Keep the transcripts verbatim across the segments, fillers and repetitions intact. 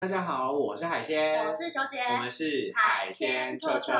大家好，我是海鲜， 我是球姐， 我们是海鲜臭臭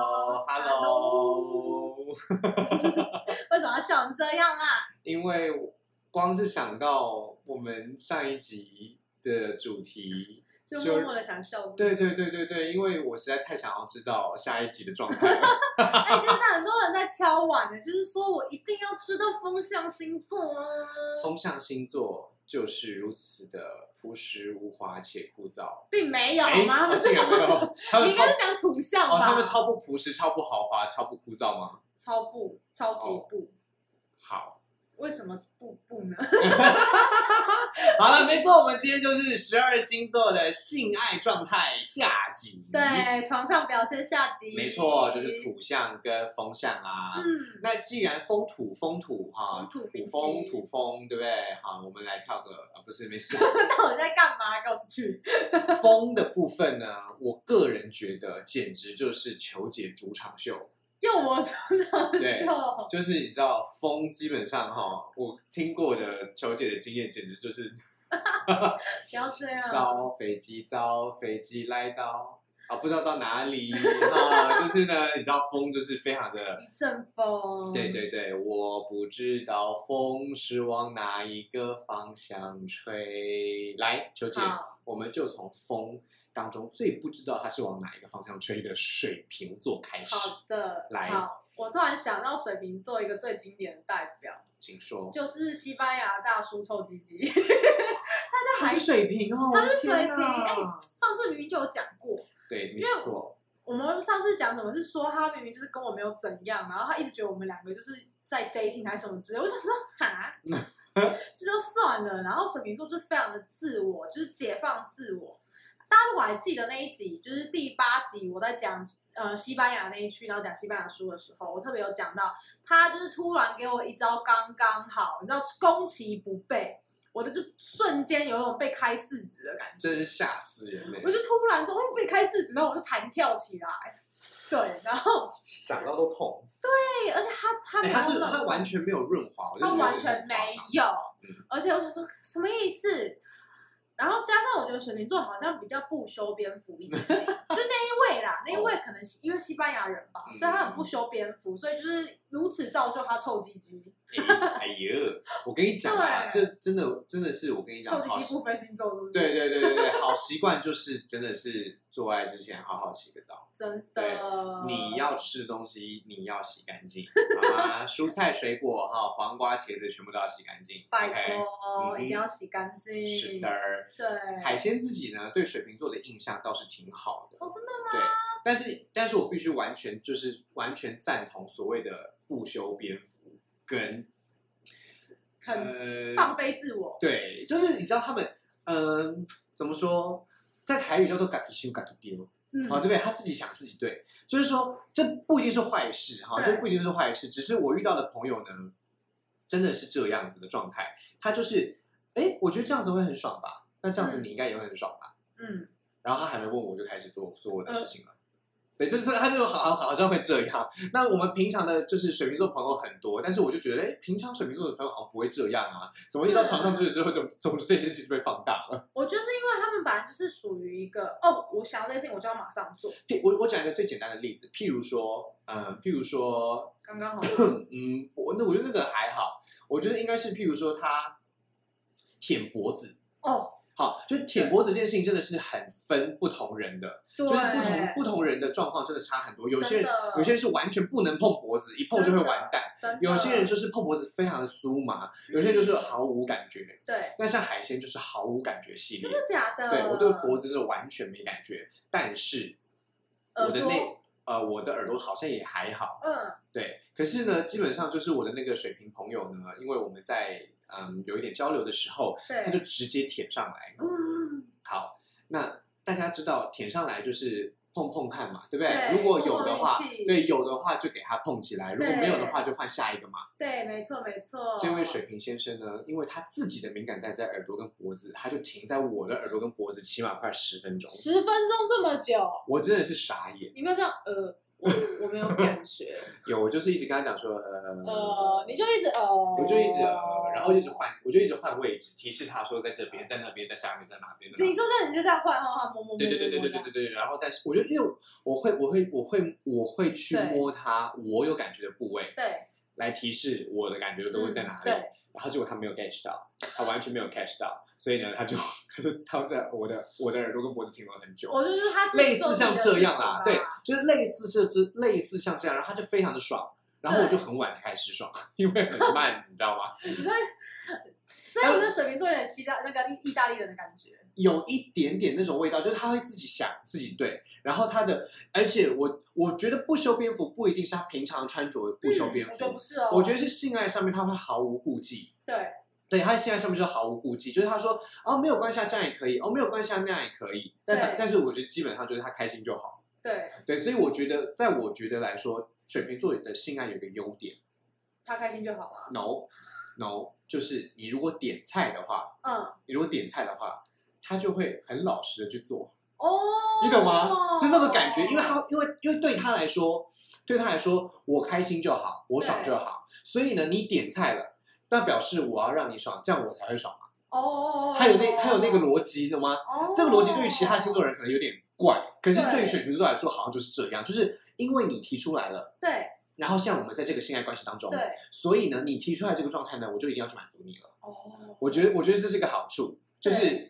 Hello 为什么要笑成这样啦？ 因为光是想到我们上一集的主题， 就默默的想笑是不是？ 对对对对对，因为我实在太想要知道下一集的状态了。 哎、现在很多人在敲碗的，就是说我一定要知道风象星座啊。 风象星座就是如此的朴实无华且枯燥， 并没有哎吗？他们是哦竟然没有，他们你应该是讲土象吧？ 哦，他们超不朴实、超不豪华、超不枯燥吗？ 超不，超级不。 好。 为什么是不不呢？ 好了，没错，我们今天就是十二星座的性爱状态下集。 对，床上表现下集。 没错，就是土象跟风象啊。 嗯， 那既然风土风土哈， 土土风土风，对不对？好，我们来跳个啊，不是没事。 到底在干嘛？给我出去！ 风的部分呢，我个人觉得简直就是球姐主场秀。 又我出场对， 秀， 就是你知道风基本上哈，我听过的球姐的经验，简直就是不要这样。 遭飞机遭飞机来到啊，不知道到哪里啊，就是呢，你知道风就是非常的一阵风。 对对对，我不知道风是往哪一个方向吹。来，球姐，我们就从风当中最不知道它是往哪一个方向吹的水瓶座开始。 好的， 来， 好，我突然想到水瓶座一个最经典的代表， 请说， 就是西班牙大叔臭鸡鸡。 他是水瓶哦， 他是水瓶。哎、欸，上次明明就有讲过， 对，没错。 我们上次讲什么是说他明明就是跟我没有怎样，然后他一直觉得我们两个就是在 dating 还是什么之类。我想说，哈，这就算了。然后水瓶座就非常的自我，就是解放自我。大家如果还记得那一集，就是第八集，我在讲呃西班牙那一区，然后讲西班牙书的时候，我特别有讲到，他就是突然给我一招刚刚好，你知道攻其不备，我的就瞬间有一种被开四指的感觉， 真是吓死人嘞！ 我就突然就会被开四指，然后我就弹跳起来，对，然后想到都痛。 对，而且他他没有、 欸、他是他完全没有润滑， 他完全没有， 嗯、 而且我想说什么意思？然后加上我觉得水瓶座好像比较不修边幅一点，就那一位啦，那一位可能因为西班牙人吧， 嗯、 所以他很不修边幅，所以就是如此造就他臭鸡鸡。 哎呦，我跟你讲啊，这真的真的是我跟你讲， 臭鸡鸡不分星座，是不是？ 对对对对对，好习惯就是真的是做爱之前好好洗个澡， 真的。 你要吃东西，你要洗干净啊，蔬菜水果哈，黄瓜茄子全部都要洗干净， 拜托、 okay? 嗯、一定要洗干净。 是的。 对， 海鲜自己呢，对水瓶座的印象倒是挺好的。 哦，真的吗？ 对，但是但是我必须完全就是完全赞同所谓的不修边幅跟很放飞自我。 呃、对，就是你知道他们嗯、呃、怎么说，在台语叫做自己想自己丢。嗯，好，对不对？他自己想自己对，就是说这不一定是坏事哈，这不一定是坏事，只是我遇到的朋友呢，真的是这样子的状态，他就是，哎，我觉得这样子会很爽吧。那这样子你应该也会很爽吧？嗯，然后他还没问我就开始做所有的事情了，嗯、对，就是他就好好像会这样。那我们平常的就是水瓶座朋友很多，但是我就觉得，哎，平常水瓶座的朋友好像不会这样啊，怎么一到床上去之后，总总这件事情就被放大了？ 我觉得是因为他们本来就是属于一个哦，我想要这件事情我就要马上做。 我我讲一个最简单的例子，譬如说，嗯，譬如说， 刚刚好， 嗯，我那我觉得那个还好，我觉得应该是譬如说他舔脖子哦。 好，就是舔脖子这件事情真的是很分不同人的，就是不同不同人的状况真的差很多。有些人有些人是完全不能碰脖子，一碰就会完蛋；有些人就是碰脖子非常的酥麻，有些人就是毫无感觉。 对， 那像海鲜就是毫无感觉系列， 真的假的？ 对我对脖子真的完全没感觉，但是我的那呃我的耳朵好像也还好。嗯，对。可是呢，基本上就是我的那个水瓶朋友呢，因为我们在嗯，有一点交流的时候，他就直接舔上来。嗯，好，那大家知道舔上来就是碰碰看嘛，对不对？ 对， 如果有的话，对，有的话就给他碰起来；如果没有的话，就换下一个嘛。 对，没错，没错。 这位水瓶先生呢，因为他自己的敏感带在耳朵跟脖子，他就停在我的耳朵跟脖子，起码快十分钟。 十分钟这么久， 我真的是傻眼。 你没有这样呃？ 我我没有感觉。 有，我就是一直跟他讲说，呃， 呃，你就一直呃， 我就一直呃，然后一直换，我就一直换位置，提示他说在这边，在那边，在下面，在哪边。 你说这你就这样换换换摸摸摸。 对对对对对对对对。然后，但是我觉得，因为我会我会我会我会去摸他我有感觉的部位， 对， 来提示我的感觉都会在哪里。 对。 然后结果他没有 catch 到，他完全没有 catch 到，所以呢，他就他就他在我的我的耳朵跟脖子停留很久。 我就是他自己类似像这样啦， 啊， 对，就是类似是之类似像这样，然后他就非常的爽，然后我就很晚才开始爽，因为很慢，你知道吗？ 所以，所以我觉得水瓶座有点希腊那个意大利人的感觉。 有一点点那种味道，就是他会自己想自己对，然后他的，而且我我觉得不修边幅不一定是他平常穿着不修边幅， 嗯、我觉得不是哦， 我觉得是性爱上面他会毫无顾忌， 对， 对，他在性爱上面就是毫无顾忌，就是他说哦没有关系啊，这样也可以，哦没有关系啊，那样也可以，但但是我觉得基本上就是他开心就好， 对对，所以我觉得在我觉得来说，水瓶座的性爱有一个优点， 他开心就好了 ，no no， 就是你如果点菜的话， 嗯， 你如果点菜的话。他就会很老实的去做， 哦， 你懂吗？就是那个感觉，因为他因为因为对他来说，对他来说，我开心就好，我爽就好，所以呢，你点菜了，那表示我要让你爽，这样我才会爽嘛。 哦， 还有那还有那个逻辑，懂吗？ 哦， 这个逻辑对于其他星座人可能有点怪，可是对于水瓶座来说，好像就是这样，就是因为你提出来了， 对， 然后像我们在这个性爱关系当中， 对， 所以呢，你提出来这个状态呢，我就一定要去满足你了。 哦， 我觉得我觉得这是一个好处，就是。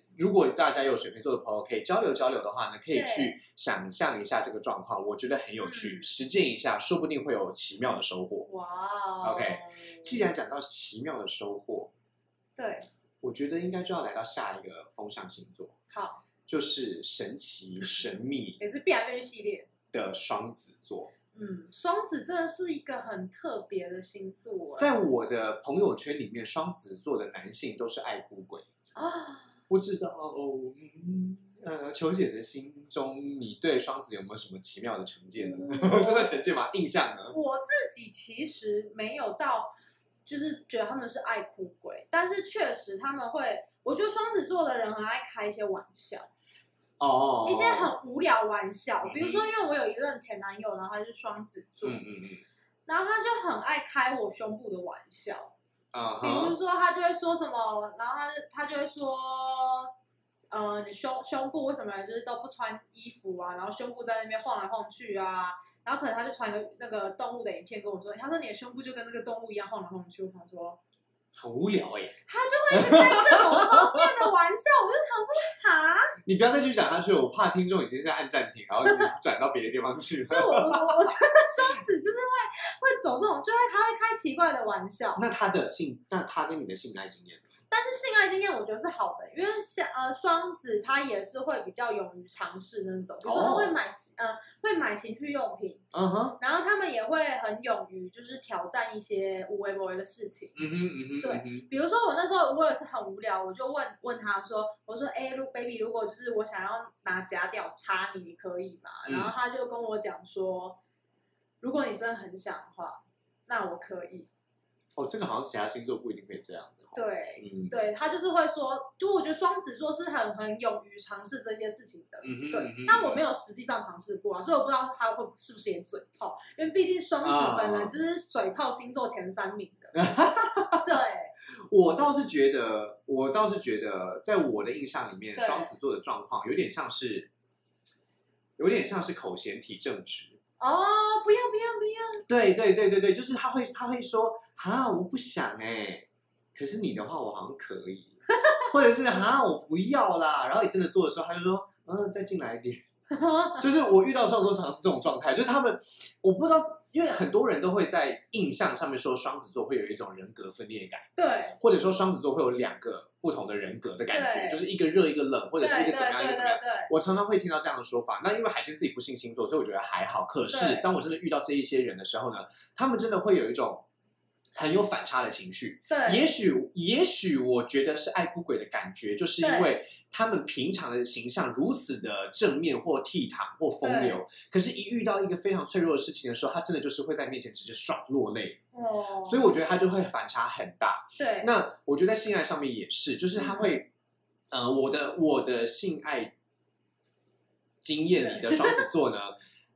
如果大家有水瓶座的朋友可以交流交流的话呢，可以去想象一下这个状况，我觉得很有趣，嗯、实践一下，说不定会有奇妙的收获。 哇 ，OK， 既然讲到奇妙的收获， 对， 我觉得应该就要来到下一个风象星座， 好， 就是神奇神秘， 也是变来变去系列的双子座。 嗯，双子真的是一个很特别的星座， 在我的朋友圈里面，双子座的男性都是爱哭鬼啊。不知道哦，嗯，呃，球姐的心中，你对双子有没有什么奇妙的成见呢？真的成见吗？印象呢？ 我自己其实没有到，就是觉得他们是爱哭鬼，但是确实他们会，我觉得双子座的人很爱开一些玩笑， 哦， 一些很无聊玩笑，比如说，因为我有一任前男友，然后他是双子座，嗯嗯嗯，然后他就很爱开我胸部的玩笑。Uh-huh. 比如说，他就会说什么，然后他他就会说，呃，你胸胸部为什么就是都不穿衣服啊？然后胸部在那边晃来晃去啊，然后可能他就传一个那个动物的影片跟我说，他说你的胸部就跟那个动物一样晃来晃去，我想说很无聊哎、欸， 他就会一直开这种方面的玩笑，我就想说哈， 你不要再继续讲下去，我怕听众已经在按暂停，然后转到别的地方去了。 就我我我觉得双子就是会会走这种，就会他会开奇怪的玩笑。 那他的性，那他跟你的性爱经验？ 但是性爱经验我觉得是好的，因为像呃双子他也是会比较勇于尝试那种，比如说他会买、oh. 呃会买情趣用品，嗯哼、uh-huh. 然后他们也会很勇于就是挑战一些无为不为的事情，嗯哼嗯哼，对，嗯、比如说我那时候我也是很无聊，我就问问他说，我说哎、欸、，baby， 如果就是我想要拿假屌插你，你可以吗？嗯、然后他就跟我讲说，如果你真的很想的话，那我可以。 哦，这个好像其他星座不一定会这样子。 对， 嗯， 对他就是会说，就我觉得双子座是很很勇于尝试这些事情的。嗯哼，对。嗯、但我没有实际上尝试过啊，所以我不知道他会是不是也嘴炮，因为毕竟双子本来就是嘴炮星座前三名的。对， 我倒是觉得，我倒是觉得，在我的印象里面，双子座的状况有点像是，有点像是口嫌体正直。 哦，不要不要不要！ 对对对对对，就是他会他会说啊，我不想哎、欸，可是你的话我好像可以，或者是啊我不要啦，然后你真的做的时候，他就说嗯再进来一点，就是我遇到双子座常常是这种状态，就是他们我不知道，因为很多人都会在印象上面说双子座会有一种人格分裂感， 对， 或者说双子座会有两个不同的人格的感觉，就是一个热一个冷，或者是一个怎么样一个怎么样。我常常会听到这样的说法。那因为海鲜自己不信星座，所以我觉得还好。可是当我真的遇到这一些人的时候呢，他们真的会有一种很有反差的情绪。 对， 也许也许我觉得是爱哭鬼的感觉，就是因为他们平常的形象如此的正面或倜傥或风流，可是一遇到一个非常脆弱的事情的时候，他真的就是会在面前直接爽落泪。哦，所以我觉得他就会反差很大。 对， 那我觉得在性爱上面也是，就是他会，嗯、呃，我的我的性爱经验里的双子座呢，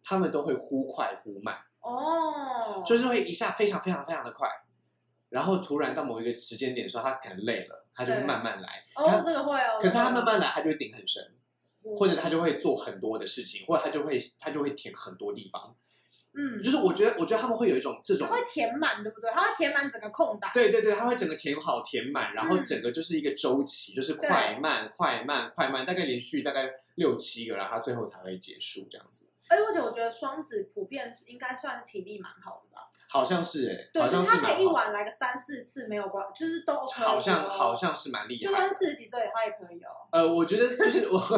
他们都会忽快忽慢。 哦， 就是会一下非常非常非常的快，然后突然到某一个时间点的时候，他可能累了，他就会慢慢来。 哦，这个会哦。 可是他慢慢来，他就会顶很深，或者他就会做很多的事情，或者他就会他就会填很多地方。嗯，就是我觉得，我觉得他们会有一种这种， 他会填满，对不对？他会填满整个空档。 对对对，他会整个填好填满，然后整个就是一个周期，就是快慢快慢快慢，大概连续大概六七个，然后他最后才会结束这样子。 哎，而且我觉得双子普遍是应该算是体力蛮好的吧？ 好像是哎、欸， 对， 好像就是他可以一晚来个三四次没有关，就是都 OK。 好像好像是蛮厉害的， 就算四十几岁他也可以哦。 呃，我觉得就是我。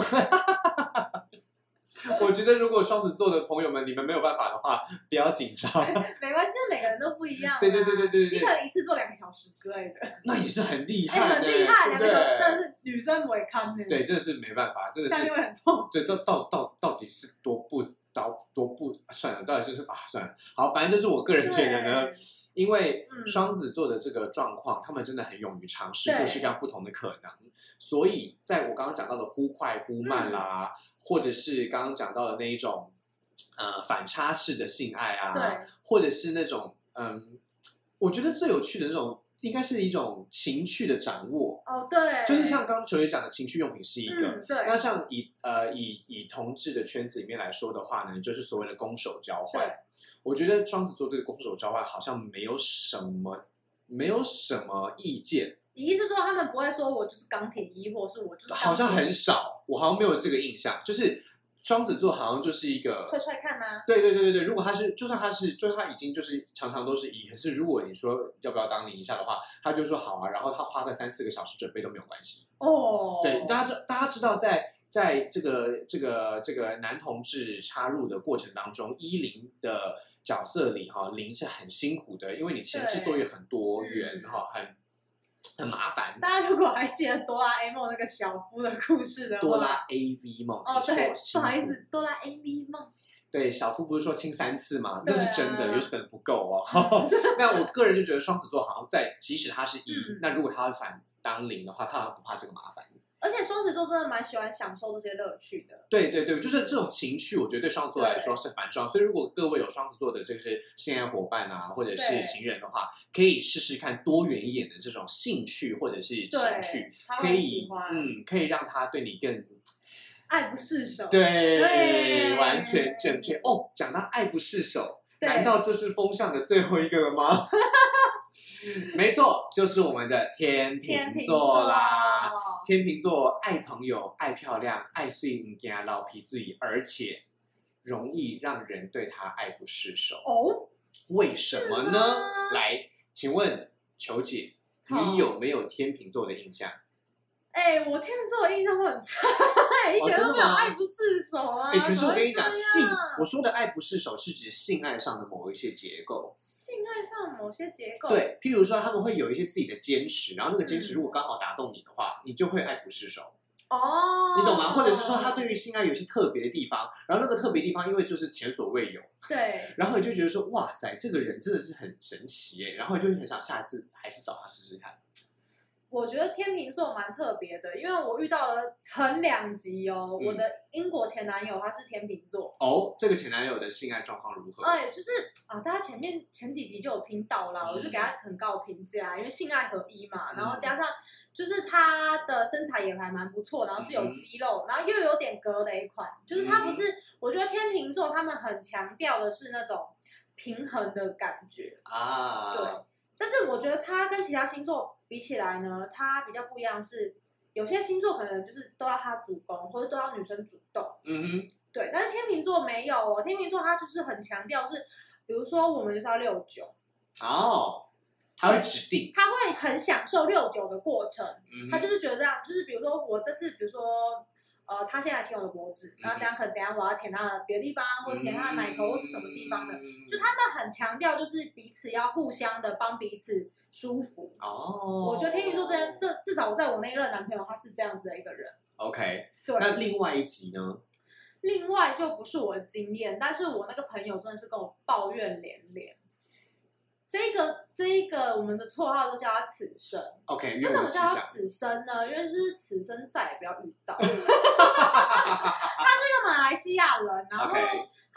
我觉得如果双子座的朋友们，你们没有办法的话，不要紧张。 没关系，就每个人都不一样、啊。 对对对对对对， 你可能一次做两个小时之类的， 那也是很厉害、 欸，很厉害，两个小时真的是女生不会看的。 对，这是没办法，这是下面会很痛。 对，到到到到底是多不到多不算了，到底就是啊算了，好，反正就是我个人觉得呢，因为双子座的这个状况，他们真的很勇于尝试各式各样不同的可能，所以在我刚刚讲到的忽快忽慢啦。嗯，或者是刚刚讲到的那一种，呃，反差式的性爱啊， 对， 或者是那种，嗯，我觉得最有趣的那种，应该是一种情趣的掌握。 哦，对， 就是像刚刚球姐讲的情趣用品是一个， 嗯、对。 那像以呃以以同志的圈子里面来说的话呢，就是所谓的攻守交换。我觉得双子座对攻守交换好像没有什么，没有什么意见。 你意思说他们不会说我就是钢铁一，或是我就是好像很少，我好像没有这个印象。就是双子座好像就是一个踹踹看呐、啊。 对对对对对，如果他是，就算他是，就算他已经就是常常都是一，可是如果你说要不要当零一下的话，他就说好啊，然后他花个三四个小时准备都没有关系。 哦， 对，大家知大家知道在。在这个这个这个男同志插入的过程当中，一零的角色里哈，零是很辛苦的，因为你前置作业很多元哈，很很麻烦。 大家如果还记得哆啦 A 梦那个小夫的故事的话， 哆啦 A V 梦， 哦对，不好意思，哆啦 A V 梦。 对，小夫不是说亲三次吗？那是真的， 啊、 有可能不够哦。那我个人就觉得双子座好像在，即使他是一、嗯，那如果他反当零的话，他好像不怕这个麻烦。 而且双子座真的蛮喜欢享受这些乐趣的。 对对对，就是这种情趣，我觉得对双子座来说是蛮重要。所以如果各位有双子座的这些性爱伙伴啊，或者是情人的话，可以试试看多元一点的这种兴趣或者是情趣，可以嗯，可以让他对你更爱不释手。 对，对完全正确。哦，讲到爱不释手，难道这是风向的最后一个了吗？没错，就是我们的天秤座啦。天秤座爱朋友、爱漂亮、爱碎物件、老皮嘴，而且容易让人对他爱不释手。 哦， 为什么呢？来，请问球姐，你有没有天秤座的印象？ 哎、欸，我天秤座的印象都很差，一点都没有爱不释手啊！ 哎、欸，可是我跟你讲，性我说的爱不释手是指性爱上的某一些结构， 性爱上的某些结构， 对，譬如说他们会有一些自己的坚持，然后那个坚持如果刚好打动你的话，嗯、你就会爱不释手。 哦， 你懂吗？或者是说他对于性爱有些特别的地方，然后那个特别地方因为就是前所未有， 对， 然后你就觉得说哇塞，这个人真的是很神奇耶，然后你就会很想下次还是找他试试看。 我觉得天秤座蛮特别的，因为我遇到了很两极哦、嗯。我的英国前男友他是天秤座哦，这个前男友的性爱状况如何？ 哎，就是啊，大家前面前几集就有听到啦、嗯，我就给他很高的评价，因为性爱合一嘛，然后加上就是他的身材也还蛮不错，然后是有肌肉，嗯、然后又有点格雷款，就是他不是，嗯、我觉得天秤座他们很强调的是那种平衡的感觉啊， 对，但是我觉得他跟其他星座比起来呢，他比较不一样是，有些星座可能就是都要他主攻，或者都要女生主动。 嗯哼， 对。但是天秤座没有哦，天秤座他就是很强调是，比如说我们就是要六九。 哦，他会指定， 他会很享受六九的过程，嗯、他就是觉得这样，就是比如说我这次，比如说。呃，他现在舔我的脖子，然后等下可能等下我要舔他的别的地方，或者舔他的奶头，或是什么地方的，就他们很强调，就是彼此要互相的帮彼此舒服。哦，我觉得天秤座这边，这至少我在我那一任男朋友他是这样子的一个人。 OK， 对。那另外一集呢？ 另外就不是我的经验，但是我那个朋友真的是跟我抱怨连连。这个这一个我们的绰号都叫他此生 ，OK， 为什么叫他此生呢？因为就是此生再也不要遇到。他是一个马来西亚人，然后他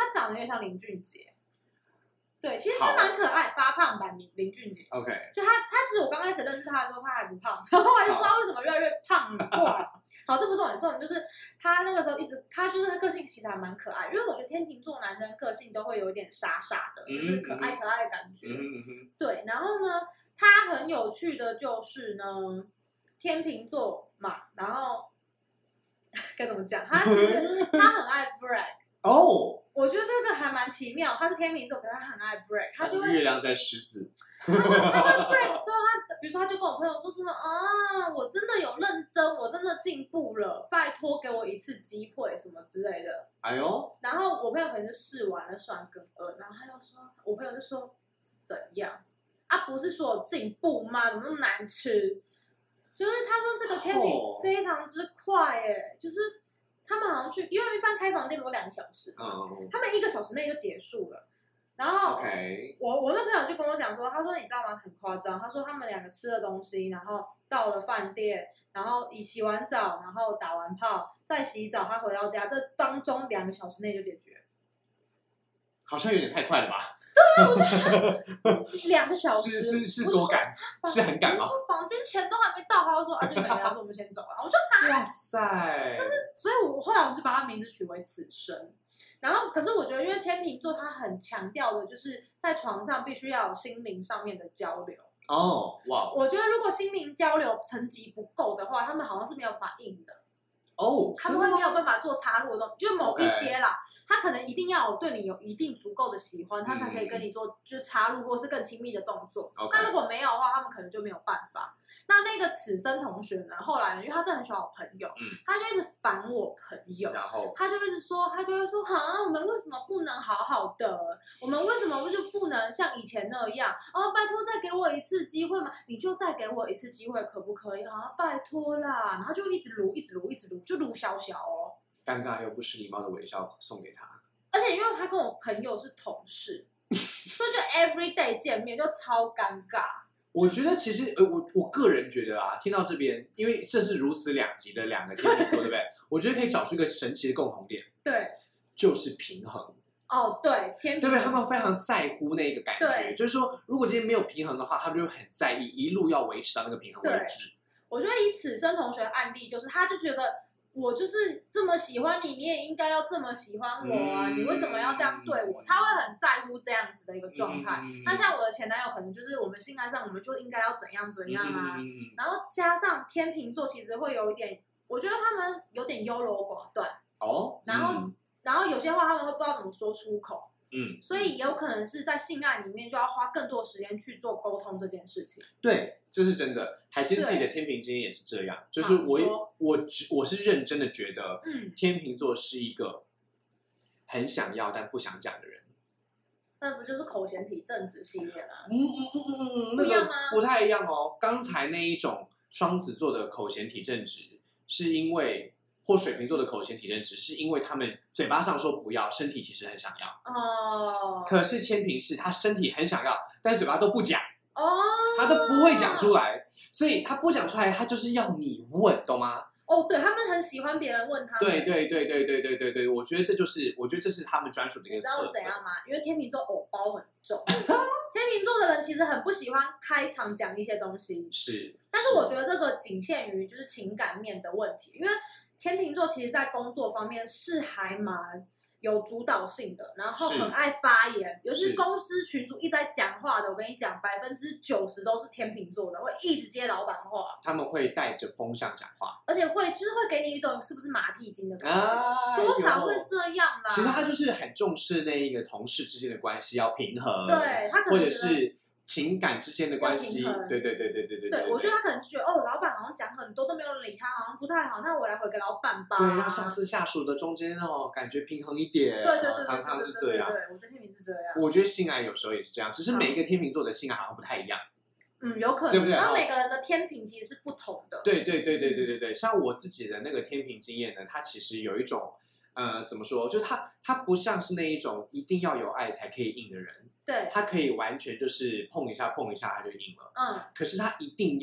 他长得有点像林俊杰。对，其实是蛮可爱，发胖版林俊杰。 OK， 就他，他其实我刚开始认识他的时候，他还不胖，然后后来就不知道为什么越来越胖了。好，这不是重点，重点就是他那个时候一直，他就是他个性其实还蛮可爱，因为我觉得天秤座男生个性都会有一点傻傻的，就是可爱可爱的感觉。 嗯、 对，然后呢，他很有趣的就是呢，天秤座嘛，然后该怎么讲？他其实他很爱 brag。 哦。 我觉得这个还蛮奇妙，他是天秤座，可是他很爱 brag， 他就会月亮在狮子， 他会他会 brag 说他，比如说他就跟我朋友说什么啊，我真的有认真，我真的进步了，拜托给我一次机会什么之类的。 哎呦， 然后我朋友可能就试完了，算更二，然后他又说，我朋友就说是怎样啊？不是说有进步吗？怎么那么难吃？就是他们这个天平非常之快哎，就是。他们好像去，因为一般开房间不都两个小时嘛，嗯、他们一个小时内就结束了。然后 okay. 我我那朋友就跟我讲说，他说你知道吗？很夸张。他说他们两个吃了东西，然后到了饭店，然后一洗完澡，然后打完炮，再洗澡，他回到家，这当中两个小时内就解决。 好像有点太快了吧？ 对啊，我觉得两个小时是是是多赶，是很赶吗？ 我说房间钱都还没到，他就说啊就没了，他说我们先走了。我说啊， 哇塞， 就是，所以我后来我们就把他名字取为此生。然后，可是我觉得，因为天秤座他很强调的就是在床上必须要有心灵上面的交流。 哦，哇！ 我觉得如果心灵交流层级不够的话，他们好像是没有办法硬的。 哦， 他们会没有办法做插入的东西，就是某一些啦， okay. 他可能一定要有对你有一定足够的喜欢，他才可以跟你做就是插入或是更亲密的动作。 Okay. 那如果没有的话，他们可能就没有办法。那那个此生同学呢，后来呢，因为他真的很喜欢我朋友，嗯、他就一直烦我朋友， 然后他就一直说，他就会说，啊，我们为什么不能好好的？我们为什么就不能像以前那样？哦，拜托再给我一次机会嘛，你就再给我一次机会，可不可以？啊，拜托啦！然后就一直撸，一直撸，一直撸，就撸小小哦。 尴尬又不失礼貌的微笑送给他， 而且因为他跟我朋友是同事，所以就 every day 见面就超尴尬。 我觉得其实，呃，我我个人觉得啊，听到这边，因为这是如此两极的两个天秤座，对不对？我觉得可以找出一个神奇的共同点， 对， 就是平衡。 哦，对，天平， 对不对？他们非常在乎那个感觉，就是说，如果今天没有平衡的话，他们就很在意，一路要维持到那个平衡为止。 我觉得以此生同学的案例，就是他就觉得。我就是这么喜欢你，你也应该要这么喜欢我啊！嗯、你为什么要这样对我？他会很在乎这样子的一个状态。嗯、那像我的前男友，可能就是我们性爱上，我们就应该要怎样怎样啊。嗯、然后加上天秤座，其实会有一点，我觉得他们有点优柔寡断哦。 然后，嗯、然后有些话他们会不知道怎么说出口。 嗯， 所以也有可能是在性爱里面就要花更多时间去做沟通这件事情。 对，这是真的。海鲜自己的天秤经验也是这样，就是我我我是认真的觉得，嗯，天秤座是一个很想要但不想讲的人。 那不就是口嫌体正直系列吗？ 嗯嗯嗯嗯嗯， 不一样吗？ 不太一样哦。刚才那一种双子座的口嫌体正直，是因为。或水瓶座的口嫌体正直，是因为他们嘴巴上说不要，身体其实很想要。 哦。 可是天秤是他身体很想要，但是嘴巴都不讲。 哦。 他都不会讲出来，所以他不讲出来，他就是要你问，懂吗？ 哦，对，他们很喜欢别人问他们。 对对对对对对对对，我觉得这就是，我觉得这是他们专属的一个特色。 你知道怎样吗？因为天秤座偶包很重，天秤座的人其实很不喜欢开场讲一些东西。 是。 但是我觉得这个仅限于就是情感面的问题，因为。天秤座其实在工作方面是还蛮有主导性的，然后很爱发言，尤其是公司群组一直在讲话的，我跟你讲，百分之九十都是天秤座的，会一直接老板话， 他们会带着风向讲话， 而且会就是会给你一种是不是马屁精的感觉， 啊、 多少会这样啦。 其实他就是很重视那一个同事之间的关系要平衡， 对他可能或者是。情感之间的关系，对对对对对对对，我觉得他可能觉得哦，老板好像讲很多都没有理他，好像不太好，那我来回给老板吧。 对，让上司下属的中间哦，感觉平衡一点。 对对对， 常常是这样。 对，我觉得天秤是这样。 我觉得性爱有时候也是这样，只是每一个天秤座的性爱好像不太一样。 嗯，有可能， 对不对？ 然后每个人的天平其实是不同的。 对对对对对对对，像我自己的那个天平经验呢，它其实有一种呃，怎么说？就是它它不像是那一种一定要有爱才可以硬的人。 对， 他可以完全就是碰一下碰一下他就硬了， 嗯， 可是他一定要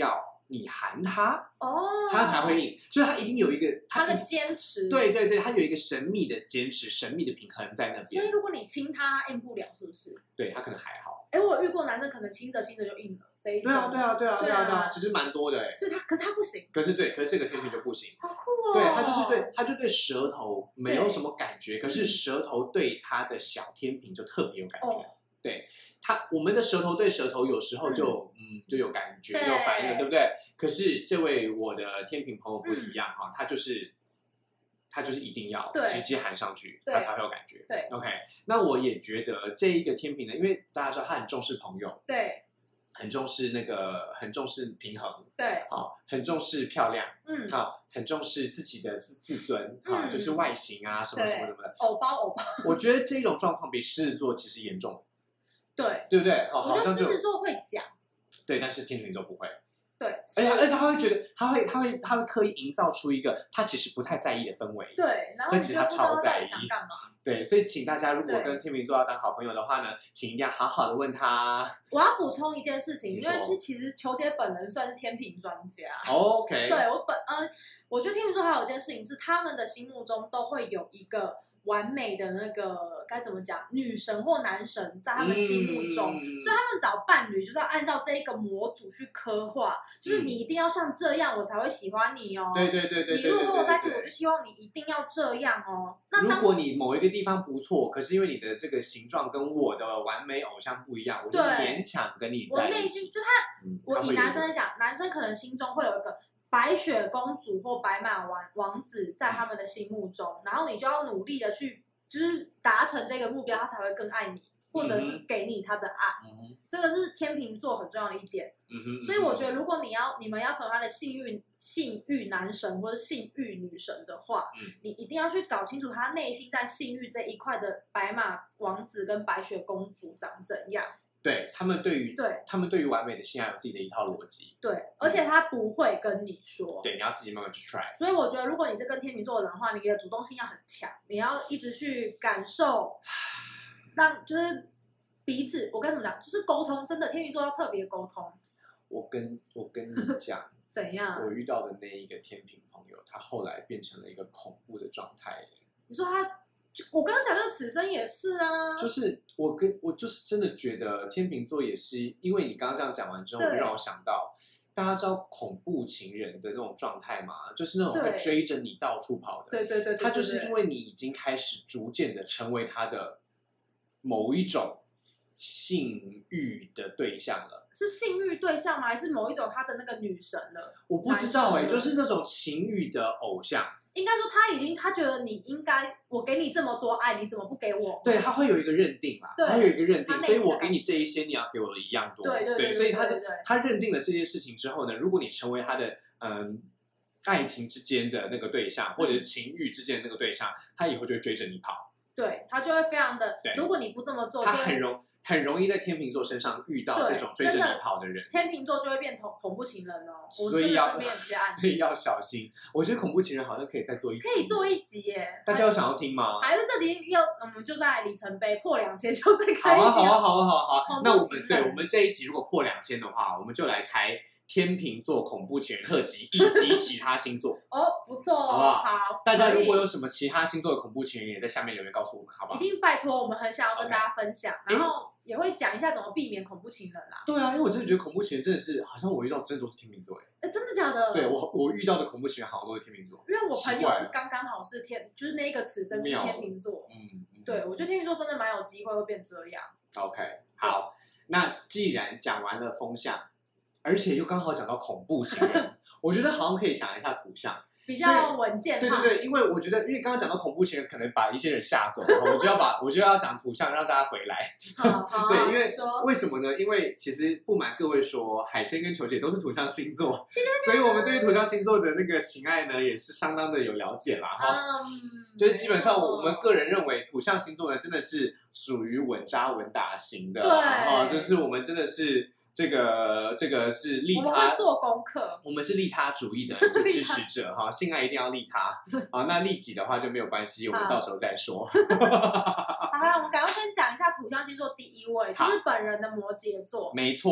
你含他， 哦， 他才会硬，就是他一定有一个他的坚持， 对对对，他有一个神秘的坚持，神秘的平衡在那边。 所以如果你亲他，他硬不了，是不是？ 对他可能还好。 哎，我有遇过男生可能亲着亲着就硬了，谁？ 对啊对啊对啊对啊对啊，其实蛮多的哎。 所以他可是他不行。 可是对，可是这个天平就不行。 好酷哦！ 对他就是对，他就对舌头没有什么感觉，可是舌头对他的小天平就特别有感觉。对他，我们的舌头对舌头有时候就嗯就有感觉，有反应了，对不对？可是这位我的天平朋友不一样哈，他就是他就是一定要直接含上去，他才会有感觉。 对 ，OK。那我也觉得这一个天平呢，因为大家知道他很重视朋友， 对， 很重视那个，很重视平衡， 对， 好，很重视漂亮， 嗯， 好，很重视自己的自尊，啊，就是外形啊，什么什么什么的， 偶包偶包。 我觉得这种状况比狮子座其实严重。 对， 对不对？哦， 我觉得狮子座会讲， 对，但是天秤座不会。 对， 而且而且他会觉得，他会他会他会刻意营造出一个他其实不太在意的氛围。 对，然后你就不知道他到底想干嘛。 对，所以请大家如果跟天秤座要当好朋友的话呢，请一定要好好的问他。 我要补充一件事情，因为其实球姐本人算是天秤专家。 OK。 对我本嗯，我觉得天秤座还有一件事情是，他们的心目中都会有一个完美的那个该怎么讲，女神或男神在他们心目中，嗯、所以他们找伴侣就是要按照这一个模组去刻画，就是你一定要像这样，我才会喜欢你哦。 对对对对。 你如果跟我在一起，我就希望你一定要这样哦。那如果你某一个地方不错，可是因为你的这个形状跟我的完美偶像不一样，我就勉强跟你在一起。 我内心就他，嗯、我以男生来讲，男生可能心中会有一个白雪公主或白马王王子在他们的心目中，然后你就要努力的去。就是达成这个目标，他才会更爱你，或者是给你他的爱。嗯、这个是天秤座很重要的一点。嗯、所以我觉得，如果你要你们要成为他的幸运幸运男神或者幸运女神的话，嗯、你一定要去搞清楚他内心在性欲这一块的白马王子跟白雪公主长怎样。 对他们对于对他们对于完美的性爱有自己的一套逻辑， 对，而且他不会跟你说， 对，你要自己慢慢去 try。 所以我觉得，如果你是跟天秤座的人的话，你的主动性要很强，你要一直去感受，让就是彼此，我该怎么讲，就是沟通，真的天秤座要特别沟通。 我跟我跟你讲， 怎样？ 我遇到的那一个天秤朋友，他后来变成了一个恐怖的状态。 你说他？我刚刚讲的此生也是啊， 就是我跟我就是真的觉得天秤座也是，因为你刚刚这样讲完之后，就让我想到，大家知道恐怖情人的那种状态吗？就是那种会追着你到处跑的， 对对 对, 对, 对, 对， 他就是因为你已经开始逐渐的成为他的某一种性欲的对象了。 是性欲对象吗？还是某一种他的那个女神了？ 我不知道哎、欸，就是那种情欲的偶像。 应该说他已经，他觉得你应该，我给你这么多爱，你怎么不给我？ 对，他会有一个认定啦，他会有一个认定，所以我给你这一些，你要给我一样多。 对对 对, 对, 对， 所以他的他认定了这件事情之后呢，如果你成为他的嗯爱情之间的那个对象，或者是情欲之间的那个对象，他以后就会追着你跑。 对，他就会非常的，如果你不这么做， 他很容很容易在天秤座身上遇到这种追着你跑的人， 天秤座就会变恐恐怖情人哦。 所以要所以要小心。我觉得恐怖情人好像可以再做一集， 可以做一集耶。 大家有想要听吗？ 还是这集又我们就在里程碑破两千就再开一集。 好啊好啊好啊好啊好啊。那我们对我们这一集如果破两千的话，我们就来开天秤座恐怖情人特辑以及其他星座。 哦，不错哦， 好不好？ 好， 大家如果有什么其他星座的恐怖情人，也在下面留言告诉我们，好不好？ 一定拜托，我们很想要跟大家分享， okay. 然后也会讲一下怎么避免恐怖情人啦。 对啊，因为我真的觉得恐怖情人真的是，好像我遇到真的都是天秤座哎。 哎，真的假的？ 对我我遇到的恐怖情人好像都是天秤座， 因为我朋友是刚刚好是天，就是那个此生是天秤座。嗯，嗯对，我觉得天秤座真的蛮有机会会变这样。 OK， 好，那既然讲完了风象。而且又刚好讲到恐怖情人，我觉得好像可以想一下图像， 比较稳健。 对对对，因为我觉得，因为刚刚讲到恐怖情人，可能把一些人吓走，我就要把我就要讲图像，让大家回来。 好，好对，因为为什么呢？因为其实不瞒各位说，海鲜跟球姐都是土象星座，所以我们对于土象星座的那个情爱呢，也是相当的有了解啦。哈、嗯，就是基本上我们个人认为，土象星座呢，真的是属于稳扎稳打型的， 对， 哦，就是我们真的是。这个这个是利他， 我们会做功课， 我们是利他主义的支持者哈，性爱一定要利他啊，那利己的话就没有关系，我们到时候再说。 好了，我们赶快先讲一下土象星座第一位，就是本人的摩羯座。 没错，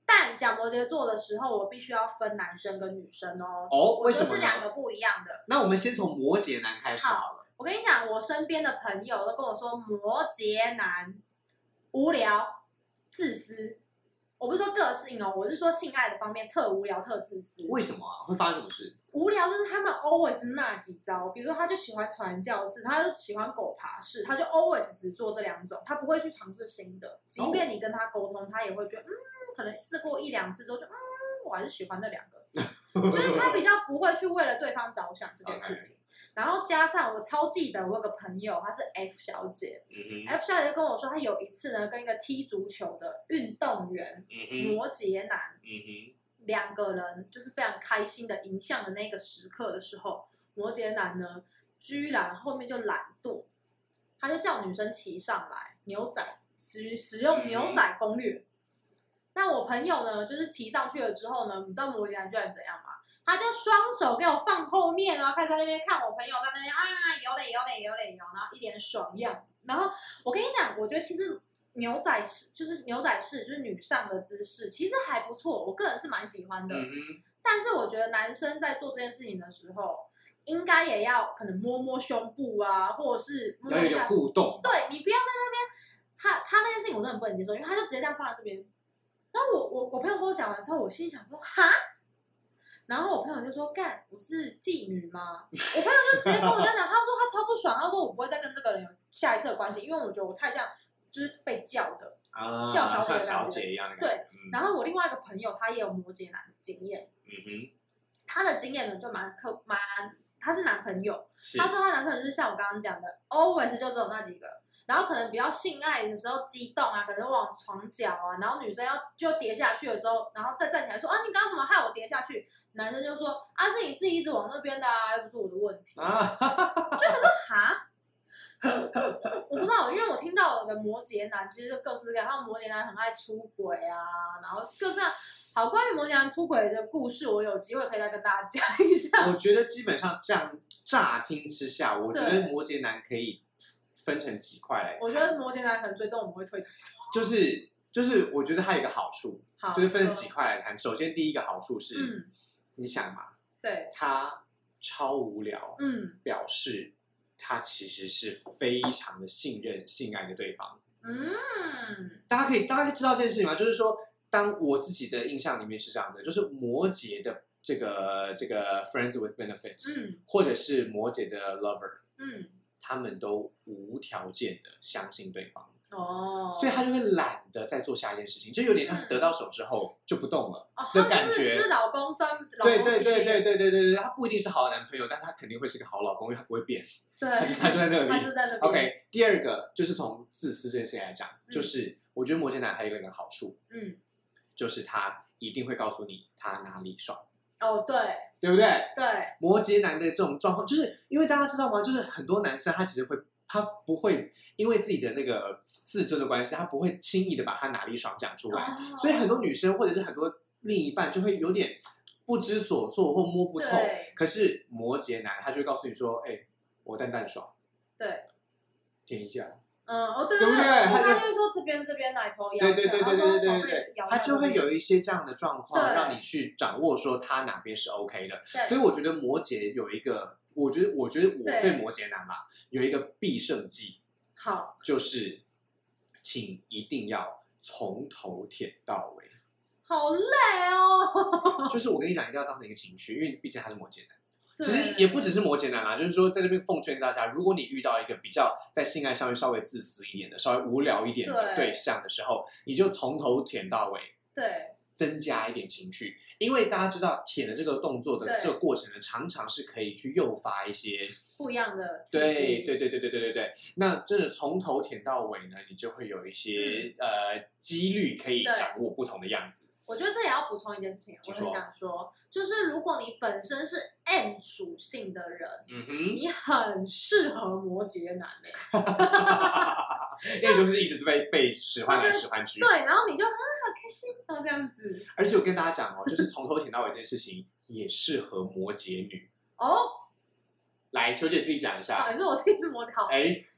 但讲摩羯座的时候，我必须要分男生跟女生哦。 哦，为什么呢？ 我觉得是两个不一样的。 那我们先从摩羯男开始好了。 我跟你讲，我身边的朋友都跟我说，摩羯男无聊、自私。我不是说个性哦，我是说性爱的方面特无聊、特自私。 为什么啊？会发生什么事？ 无聊就是他们 always 那几招，比如说他就喜欢传教士，他就喜欢狗爬式，他就 always 只做这两种，他不会去尝试新的。即便你跟他沟通，他也会觉得，嗯，可能试过一两次之后就，嗯，我还是喜欢那两个，就是他比较不会去为了对方着想这件事情。Okay. 然后加上我超记得我有个朋友，她是 F 小姐、嗯、，F 小姐就跟我说，她有一次呢跟一个踢足球的运动员、嗯、摩羯男。嗯两个人就是非常开心的迎向的那个时刻的时候，摩羯男呢，居然后面就懒惰，他就叫女生骑上来，牛仔使使用牛仔攻略。嗯、那我朋友呢，就是骑上去了之后呢，你知道摩羯男居然怎样吗？他就双手给我放后面，然后开始在那边看我朋友在那边啊，有嘞有嘞有嘞有，然后一脸爽样。然后我跟你讲，我觉得其实。牛仔式就是牛仔式，就是女上的姿势，其实还不错，我个人是蛮喜欢的。嗯、但是我觉得男生在做这件事情的时候，应该也要可能摸摸胸部啊，或者是摸一下。 有点互动。 对，你不要在那边，他他那件事情我真的不能接受，因为他就直接这样放在这边。然后我我我朋友跟我讲完之后，我心里想说哈，然后我朋友就说干，我是妓女吗？我朋友就直接跟我这样讲，他说他超不爽，他说我不会再跟这个人有下一次的关系，因为我觉得我太像。就是被叫的， 啊、 叫小姐的像小姐一样的。 对、嗯，然后我另外一个朋友他也有摩羯男的经验，嗯哼，他的经验呢就蛮可蛮，他是男朋友，他说他男朋友就是像我刚刚讲的 ，always 就只有那几个，然后可能比较性爱的时候激动啊，可能往床角啊，然后女生要就跌下去的时候，然后再站起来说啊，你刚刚怎么害我跌下去？男生就说啊，是你自己一直往那边的啊，又不是我的问题，啊、就想说哈。我不知道，因为我听到的摩羯男其实就各式各样，他们摩羯男很爱出轨啊，然后各式各样。好，关于摩羯男出轨的故事，我有机会可以再跟大家讲一下。 我觉得基本上这样乍听之下，我觉得摩羯男可以分成几块来看。 我觉得摩羯男可能最终我们会推最终。 就是就是，我觉得它有一个好处，好就是分成几块来谈。首先第一个好处是，嗯、你想嘛， 对， 他超无聊，嗯，表示。他其实是非常的信任、性爱的对方。嗯，大家可以大家知道这件事情吗？就是说，当我自己的印象里面是这样的，就是摩羯的这个这个 friends with benefits，嗯，或者是摩羯的 lover，嗯，他们都无条件的相信对方。哦，所以他就会懒得再做下一件事情，就有点像是得到手之后就不动了的感觉。 哦、就是就是老公专对对对对对对对，他不一定是好的男朋友，但他肯定会是个好老公，因为他不会变。 对， 他就他就在那里， 他就在那边。 OK， 第二个就是从自私这件事情来讲，嗯、就是我觉得摩羯男还有一个好处，嗯，就是他一定会告诉你他哪里爽。 哦，对， 对不对？ 对， 摩羯男的这种状况，就是因为大家知道吗？就是很多男生他其实会，他不会因为自己的那个自尊的关系，他不会轻易的把他哪里爽讲出来，哦、所以很多女生或者是很多另一半就会有点不知所措或摸不透。可是摩羯男他就会告诉你说，哎、欸。我蛋蛋爽， 对， 舔一下， 嗯，哦，对对对，他就会说这边这边奶头摇， 对对对对对对对，他就会有一些这样的状况，让你去掌握说他哪边是 OK 的。所以我觉得摩羯有一个，我觉得我觉得我对摩羯男嘛有一个必胜技， 好， 就是请一定要从头舔到尾， 好累哦。 就是我跟你讲，一定要当成一个情绪，因为毕竟他是摩羯男。其实也不只是摩羯男啦，就是说在这边奉劝大家，如果你遇到一个比较在性爱上面稍微自私一点的、稍微无聊一点的对象的时候，你就从头舔到尾， 对， 增加一点情绪，因为大家知道舔的这个动作的这个过程呢，常常是可以去诱发一些不一样的刺激。对对对对对对对对，那真的从头舔到尾呢，你就会有一些、嗯、呃几率可以掌握不同的样子。 我觉得这也要补充一件事情，我很想说，就是如果你本身是 M 属性的人，嗯哼，你很适合摩羯男诶、 欸，因为就是一直被被使唤来使唤去， 对，然后你就啊好开心啊这样子。 而且我跟大家讲哦，就是从头舔到尾这件事情也适合摩羯女哦。 来，秋姐自己讲一下。 好，你说我自己是摩羯，好，哎、欸，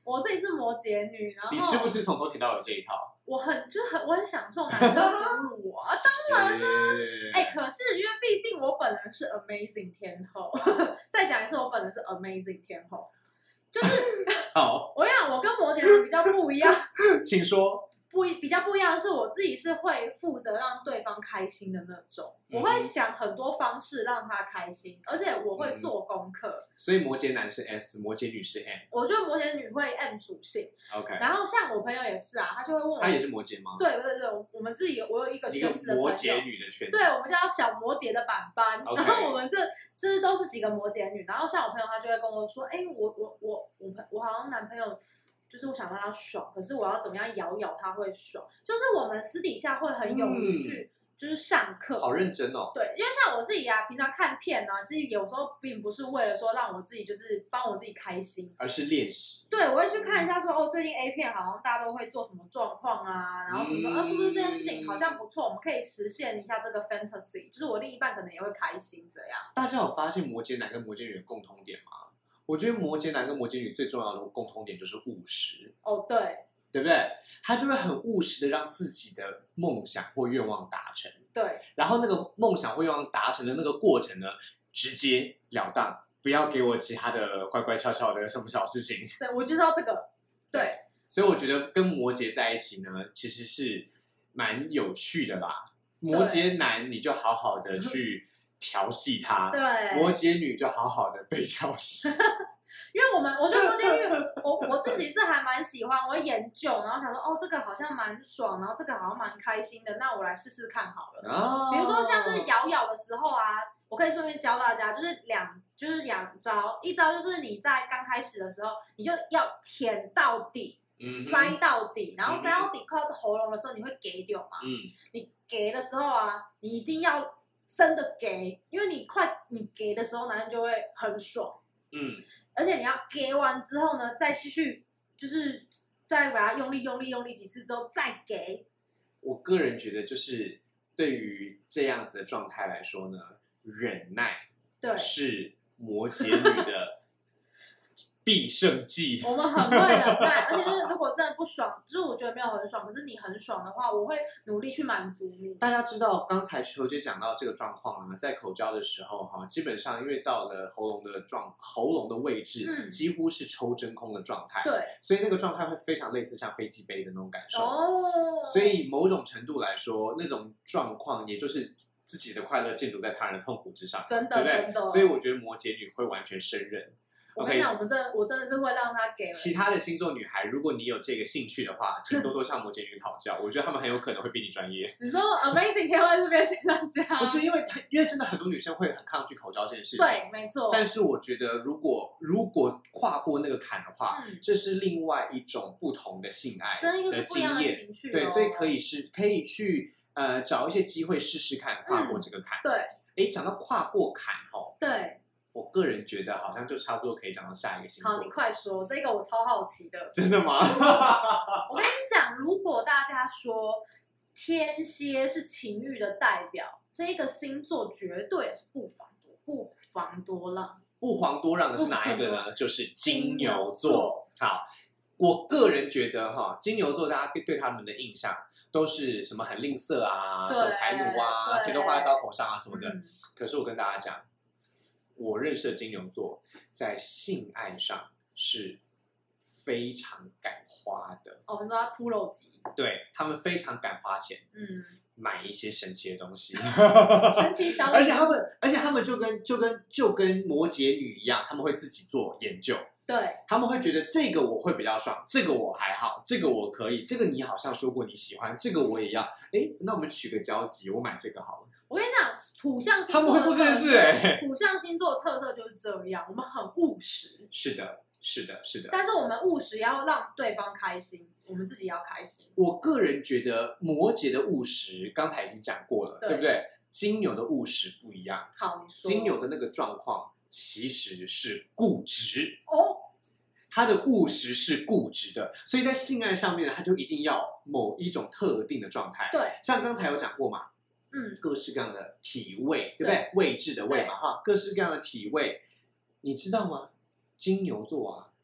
我自己是摩羯女，然后你是不是从头舔到尾这一套？ 我很就很我很享受男生服务我啊，当然啦、啊，哎、欸，可是因为毕竟我本人是 amazing 天后，再讲一次，我本人是 amazing 天后，就是好， 我想我跟摩羯男比较不一样， 请说。 不比较不一样的是，我自己是会负责让对方开心的那种，嗯、我会想很多方式让他开心，而且我会做功课。嗯、 所以摩羯男是 S， 摩羯女是 M。 我觉得摩羯女会 M 属性。 OK。 然后像我朋友也是啊，他就会问我， 他也是摩羯吗？ 对对对，我们自己有我有一个圈子的朋友， 摩羯女的圈子。 对，我们叫小摩羯的板班。Okay. 然后我们这这都是几个摩羯女，然后像我朋友他就会跟我说，哎，我我我我我好像男朋友。就是我想让他爽，可是我要怎么样摇摇他会爽？就是我们私底下会很勇于去，就是上课、 嗯，好认真哦。 对，因为像我自己啊，平常看片啊，其实有时候并不是为了说让我自己就是帮我自己开心， 而是练习。 对，我会去看一下说，哦，最近 A 片好像大家都会做什么状况啊，然后什么什么，啊，是不是这件事情好像不错，我们可以实现一下这个 fantasy， 就是我另一半可能也会开心这样。 大家有发现摩羯男跟摩羯女的共同点吗？我觉得摩羯男跟摩羯女最重要的共同点就是务实哦，对， 对不对？他就会很务实的让自己的梦想或愿望达成， 对。 然后那个梦想或愿望达成的那个过程呢，直截了当，不要给我其他的乖乖悄悄的什么小事情。 对，我就是要这个。对， 所以我觉得跟摩羯在一起呢，其实是蛮有趣的啦。摩羯男你就好好的去。调戏他， 对， 摩羯女就好好的被调戏。 因为我们，我觉得摩羯女，我我自己是还蛮喜欢，我会研究，然后想说，哦，这个好像蛮爽，然后这个好像蛮开心的，那我来试试看好了。哦、比如说像是摇摇的时候啊，我可以顺便教大家，就是两就是两招，一招就是你在刚开始的时候，你就要舔到底，嗯、塞到底，然后塞到底快到喉咙的时候，你会给掉嘛？嗯，你给的时候啊，你一定要。真的给，因为你快你给的时候，男人就会很爽，嗯，而且你要给完之后呢，再继续就是再把它用力用力用力几次之后再给。 我个人觉得，就是对于这样子的状态来说呢，忍耐对是摩羯女的必胜技。 我们很会忍耐，而且就是如果真的不爽，就是我觉得没有很爽，可是你很爽的话，我会努力去满足你。 大家知道，刚才球姐讲到这个状况啊，在口交的时候哈，基本上因为到了喉咙的状喉咙的位置，嗯、几乎是抽真空的状态， 对， 所以那个状态会非常类似像飞机杯的那种感受。 哦， 所以某种程度来说，那种状况也就是自己的快乐建筑在他人的痛苦之上， 真的， 对不对？ 真的。 所以我觉得摩羯女会完全胜任。 我跟你讲，我们真的，我真的是会让他给其他的星座女孩，如果你有这个兴趣的话，请多多向摩羯女讨教，我觉得他们很有可能会比你专业。 你说 Amazing 天后这边先大家， 不是因为因为真的很多女生会很抗拒口交这件事情， 对，没错。 但是我觉得，如果如果跨过那个坎的话，嗯、这是另外一种不同的性爱真的又是不一样的经验， 情绪、哦， 对，所以可以是可以去呃找一些机会试试看跨过这个坎。 嗯、对， 哎，讲到跨过坎哦， 对。 我个人觉得好像就差不多可以讲到下一个星座。 好，你快说，这个我超好奇的。 真的吗？ 我跟你讲，如果大家说天蝎是情欲的代表，这个星座绝对是不遑多不遑多让。 不遑多让的是哪一个呢？就是金牛座。好，我个人觉得哈，金牛座大家对他们的印象都是什么很吝啬啊、守财奴啊、钱都花在刀口上啊什么的。嗯、可是我跟大家讲。我认识的金牛座在性爱上是非常敢花的。 哦，你说他铺肉机？ 对，他们非常敢花钱， 嗯， 买一些神奇的东西， 神奇小， 而且他们，而且他们就跟就跟就跟摩羯女一样，他们会自己做研究。 对， 他们会觉得这个我会比较爽，这个我还好，这个我可以，这个你好像说过你喜欢，这个我也要。哎，那我们取个交集，我买这个好了。 我跟你讲，土象星座他们会做这件事哎、欸， 土象星座的特色就是这样，我们很务实。 是的，是的，是的。 但是我们务实要让对方开心，我们自己要开心。 我个人觉得摩羯的务实，刚才已经讲过了， 对, 对不对？金牛的务实不一样。 好，你说。 金牛的那个状况其实是固执哦。 他的务实是固执的，所以在性爱上面，他就一定要某一种特定的状态。 对， 像刚才有讲过嘛。 嗯， 各式各样的体位，对不对？位置的位嘛，哈，各式各样的体位，你知道吗？金牛座啊，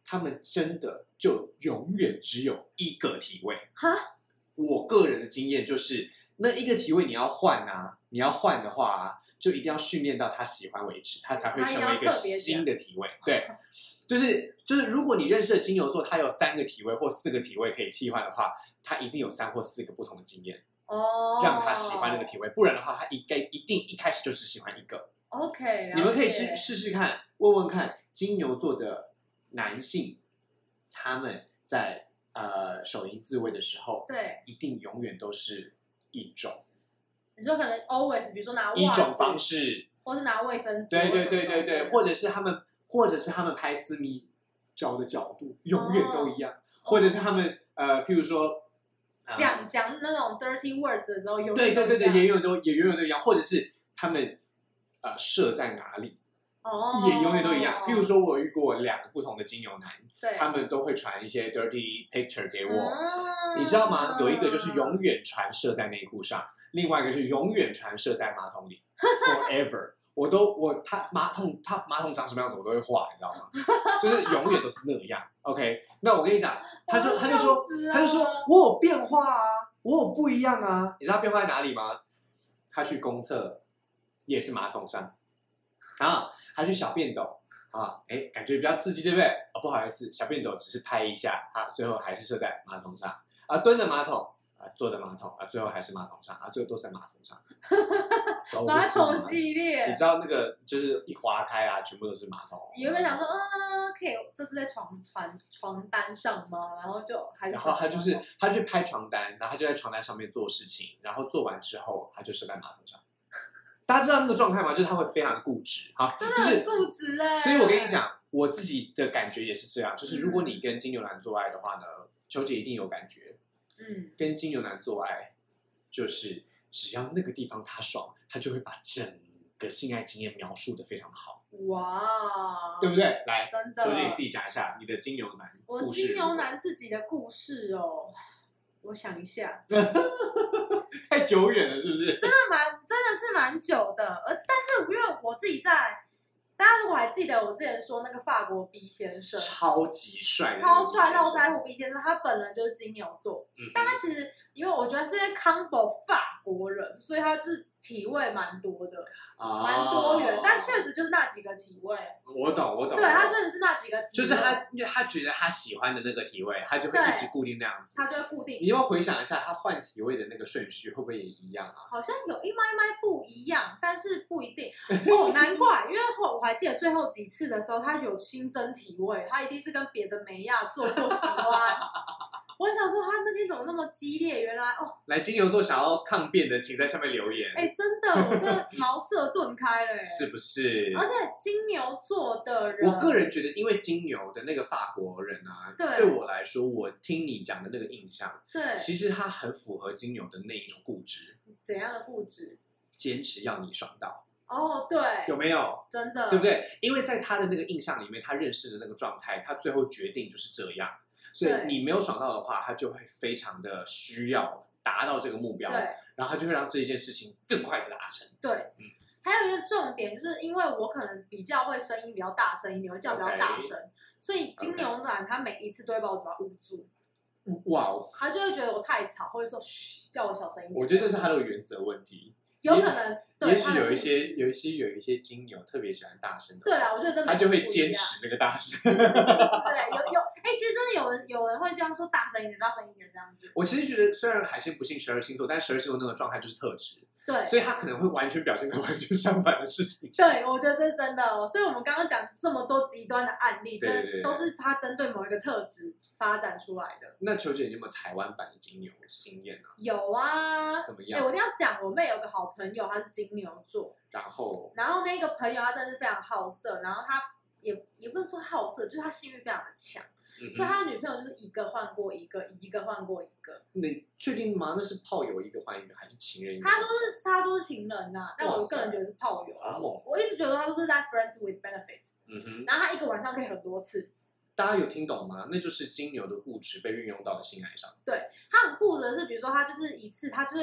他们真的就永远只有一个体位。 哈， 我个人的经验就是，那一个体位你要换啊，你要换的话啊，就一定要训练到他喜欢为止，他才会成为一个新的体位。对，就是就是，如果你认识的金牛座，他有三个体位或四个体位可以替换的话，他一定有三或四个不同的经验。哦，让他喜欢那个体位，不然的话，他应该一定一开始就只喜欢一个。 OK， 你们可以试试试看，问问看金牛座的男性，他们在呃手淫自慰的时候， 对， 一定永远都是一种。 你说可能 always， 比如说拿一种方式， 或是拿卫生纸， 对对对对对，或者是他们，或者是他们拍私密照的角度永远都一样，哦、或者是他们呃，譬如说。 讲讲那种 dirty words 的时候，永远对对对对，也永远都也永远都一样，或者是他们呃射在哪里，哦，也永远都一样。譬如说，我有遇过两个不同的金牛男， 对， 他们都会传一些 dirty picture 给我，嗯、你知道吗？有一个就是永远传射在内裤上，另外一个是永远传射在马桶里 ，forever。我都我他马桶他马桶长什么样子我都会画，你知道吗？就是永远都是那样。OK， 那我跟你讲，他就他就说他就说我有变化啊，我有不一样啊。你知道变化在哪里吗？他去公厕也是马桶上，啊，他去小便斗啊，哎，感觉比较刺激，对不对？哦，不好意思，小便斗只是拍一下啊，最后还是射在马桶上啊，蹲的马桶。啊，坐的马桶啊，最后还是马桶上啊，最后都是在马桶上。 马桶系列， 你知道那个就是一划开啊，全部都是马桶。 你有没有想说，嗯，可以，这是在床床床单上吗？然后就还是。 然后他就是他去拍床单，然后他就在床单上面做事情，然后做完之后他就射在马桶上。大家知道那个状态吗？就是他会非常固执啊， 真的很固执哎、欸。 所以我跟你讲，我自己的感觉也是这样，就是如果你跟金牛男做爱的话呢，球姐一定有感觉。嗯，跟金牛男做爱，就是只要那个地方他爽，他就会把整个性爱经验描述的非常好。 哇， 对不对？来， 真的， 就是你自己讲一下你的金牛男故事。 我金牛男自己的故事哦，我想一下， 太久远了，是不是？ 真的蛮，真的是蛮久的。呃，但是因为我自己在。大家如果还记得我之前说那个法国 B 先生， 超级帅， 超帅络腮胡 B 先生，他本人就是金牛座，嗯、但他其实因为我觉得是因为 combo 法国人，所以他是体位蛮多的，蛮、啊、多元，但确实就是那几个体位。 我懂，我懂。 对，他确实是那几个体位， 就是他，因为他觉得他喜欢的那个体位，他就会一直固定那样子， 他就会固定。 你要回想一下，他换体位的那个顺序会不会也一样啊？ 好像有一麦麦不一样，但是不一定。哦，难怪，因为后我还记得最后几次的时候，他有新增体位，他一定是跟别的美亚做过喜欢。我想说，他那天怎么那么激烈？原来哦， 来金牛座想要抗辩的，请在下面留言。 哎，真的，我真的茅塞顿开了， 是不是？ 而且金牛座的人， 我个人觉得，因为金牛的那个法国人啊， 对， 对我来说，我听你讲的那个印象， 对， 其实他很符合金牛的那一种固执。 怎样的固执？ 坚持要你爽到。 哦，对， 有没有？ 真的， 对不对？因为在他的那个印象里面，他认识的那个状态，他最后决定就是这样。所以你没有爽到的话，他就会非常的需要达到这个目标， 对， 然后他就会让这一件事情更快的达成。 对，嗯，还有一个重点就是，因为我可能比较会声音比较大声一点，我叫比较大声， okay, 所以金牛男他每一次都会把我嘴巴捂住。 哇哦！ 他就会觉得我太吵，或者说嘘，叫我小声一点。 我觉得这是他的原则问题。 有可能，对， 也许有一些有一些有一些金牛特别喜欢大声的， 对啊，我觉得真的他就会坚持那个大声。 对对对对对，有有，哎、欸，其实真的有人有人会这样说，大声一点，大声一点这样子。 我其实觉得，虽然海鲜不信十二星座，但十二星座那个状态就是特质， 对， 所以他可能会完全表现在完全相反的事情。 对，我觉得这是真的哦。所以我们刚刚讲这么多极端的案例， 对对对对， 都是他针对某一个特质发展出来的。 那球姐，你有没有台湾版的金牛经验啊？ 有啊。 怎么样？ 哎、欸，我一定要讲，我妹有个好朋友，他是金牛座。 然后。 然后那个朋友他真的是非常好色，然后他也也不是说好色，就是他性欲非常的强，嗯、所以他的女朋友就是一个换过一个，一个换过一个。 你确定吗？那是炮友一个换一个，还是情人一个？ 他说是他说是情人呐、啊，但我个人觉得是炮友啊。我我一直觉得他都是在 friends with benefit。嗯哼。然后他一个晚上可以很多次。 大家有听懂吗？那就是金牛的固执被运用到了性爱上。 对，他很固执的是，比如说他就是一次，他就会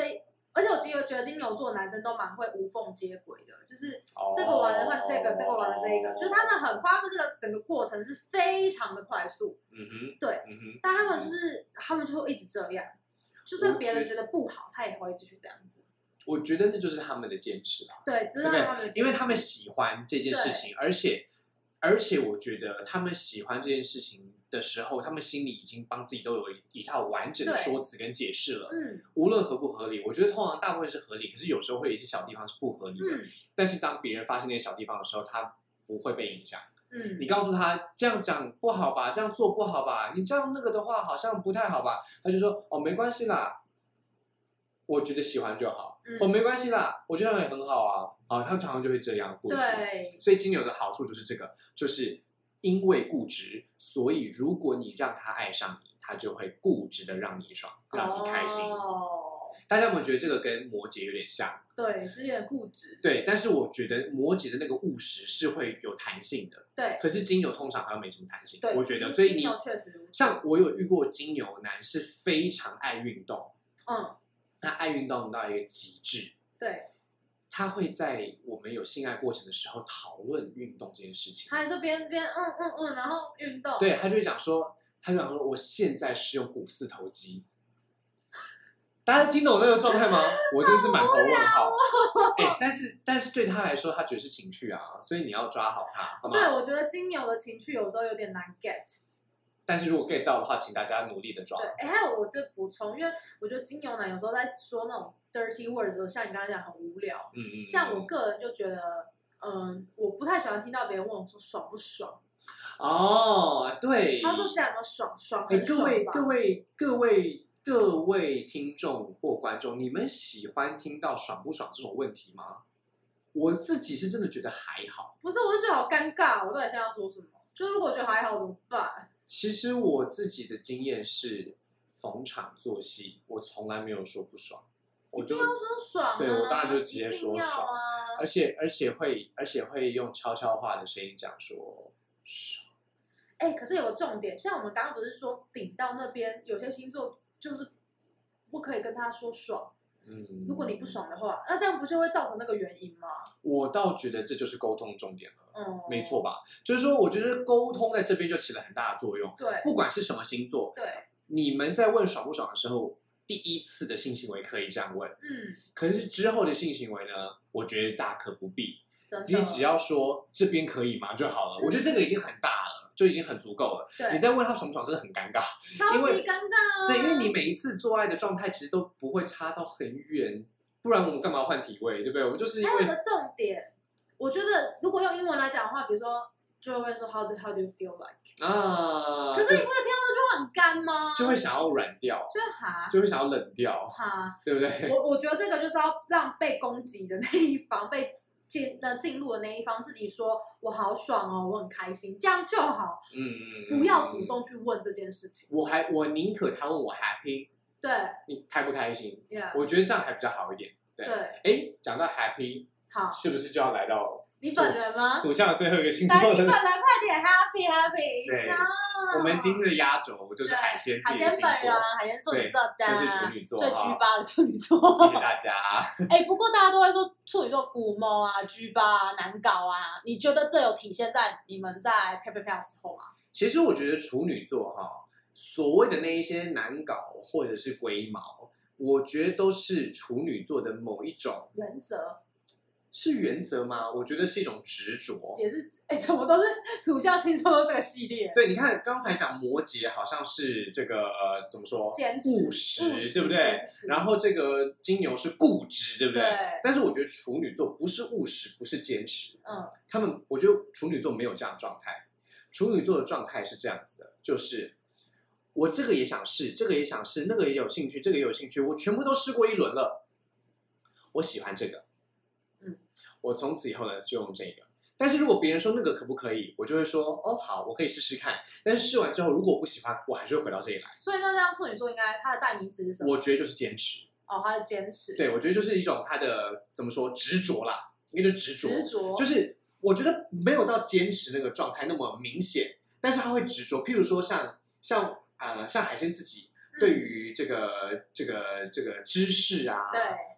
而且我觉得觉得金牛座男生都蛮会无缝接轨的，就是这个完了换这个，这个完了这一个，就是他们很快，他们这个整个过程是非常的快速。 嗯哼， 对， 嗯哼， 但他们就是他们就会一直这样，就算别人觉得不好，他也会继续这样子。 我觉得那就是他们的坚持啦。 对，这是他们的坚持， 因为他们喜欢这件事情，而且而且我觉得他们喜欢这件事情的时候，他们心里已经帮自己都有一套完整的说辞跟解释了。嗯，无论合不合理，我觉得通常大部分是合理，可是有时候会有一些小地方是不合理的。嗯，但是当别人发现那些小地方的时候，他不会被影响。嗯，你告诉他这样讲不好吧，这样做不好吧，你这样那个的话好像不太好吧，他就说哦没关系啦。我觉得喜欢就好，嗯、哦，没关系啦，我觉得也很好啊，啊，他常常就会这样固执。对，所以金牛的好处就是这个，就是因为固执，所以如果你让他爱上你，他就会固执的让你爽，让你开心。哦，大家有没有觉得这个跟摩羯有点像？ 对，是有点固执。 对，但是我觉得摩羯的那个务实是会有弹性的。 对， 可是金牛通常好像没什么弹性。 对， 我觉得，所以你金牛确实如此。 像我有遇过金牛男是非常爱运动，嗯。他爱运动到一个极致， 对， 他会在我们有性爱过程的时候讨论运动这件事情。 他还是边边嗯嗯嗯，然后运动。 对，他就会讲说，他就讲说，我现在是用股四头肌。大家听懂那个状态吗？我真的是满头问号。哎、欸，但是但是对他来说，他觉得是情趣啊，所以你要抓好他，好吗？ 对，我觉得金牛的情趣有时候有点难 get。 但是如果 get 到的话，请大家努力的抓。 对，哎，还有我对补充，因为我觉得金牛男有时候在说那种 dirty words 的时候，像你刚才讲很无聊。嗯嗯。像我个人就觉得，嗯，我不太喜欢听到别人问我说爽不爽。 哦，对。 他说这样有没有爽爽？哎， 各位各位各位各位听众或观众，你们喜欢听到爽不爽这种问题吗？我自己是真的觉得还好。 不是，我是觉得好尴尬，我到底现在要说什么？就是如果觉得还好怎么办？ 其实我自己的经验是，逢场作戏，我从来没有说不爽，我就一定要说爽、啊， 对我当然就直接说爽， 啊、 而且而且会而且会用悄悄话的声音讲说爽。 哎、欸，可是有个重点，像我们刚刚不是说顶到那边，有些星座就是不可以跟他说爽。嗯，如果你不爽的话，那这样不就会造成那个原因吗？ 我倒觉得这就是沟通重点了，嗯，没错吧？就是说，我觉得沟通在这边就起了很大的作用。 对， 不管是什么星座， 对， 你们在问爽不爽的时候，第一次的性行为可以这样问，嗯，可是之后的性行为呢，我觉得大可不必。你只要说这边可以吗就好了，嗯、我觉得这个已经很大了。就已经很足够了。你再问他爽不爽，真的很尴尬， 超级尴尬、啊。 对，因为你每一次做爱的状态其实都不会差到很远，不然我们干嘛换体位，对不对？我们就是因为还有一个重点，我觉得如果用英文来讲的话，比如说就会说 How do How do you feel like 啊？ 可是你不会听到就很干吗？ 就会想要软掉， 就哈， 就会想要冷掉， 哈， 对不对？ 我我觉得这个就是要让被攻击的那一方被。进那进入的那一方自己说我好爽哦，我很开心，这样就好。嗯嗯，不要主动去问这件事情。 我还我宁可他问我 happy， 对， 你开不开心？ Yeah， 我觉得这样还比较好一点。对，哎，讲到 happy， 好， 是不是就要来到你本人吗？ 土象的最后一个星座， 来，你本人快点 happy happy。 对，我们今天的压轴就是海鲜， 海鲜本人，海鲜处女座的， 就是处女座， 最 G 八的处女座。 谢谢大家。 哎，不过大家都会说处女座古猫啊、G 八啊、难搞啊，你觉得这有体现在你们在啪啪啪的时候吗？ 其实我觉得处女座哈，所谓的那一些难搞或者是龟毛，我觉得都是处女座的某一种原则。 是原则吗？我觉得是一种执着， 也是哎，怎么都是土象星座都这个系列。 对，你看刚才讲摩羯好像是这个、呃、怎么说？ 坚持务实，对不对？然后这个金牛是固执，对不对？ 对。 但是我觉得处女座不是务实，不是坚持。嗯。他们，我觉得处女座没有这样的状态。处女座的状态是这样子的，就是我这个也想试，这个也想试，那个也有兴趣，这个也有兴趣，我全部都试过一轮了，我喜欢这个。我从此以后呢就用这个，但是如果别人说那个可不可以，我就会说哦好，我可以试试看。但是试完之后，如果我不喜欢，我还是会回到这里来。 所以那这样处女座应该它的代名词是什么？ 我觉得就是坚持。 哦，它的坚持。 对，我觉得就是一种它的怎么说执着啦，应该就执着。 执着就是我觉得没有到坚持那个状态那么明显，但是他会执着。譬如说像像呃像海鲜自己对于这个、嗯、这个这个知识啊， 对。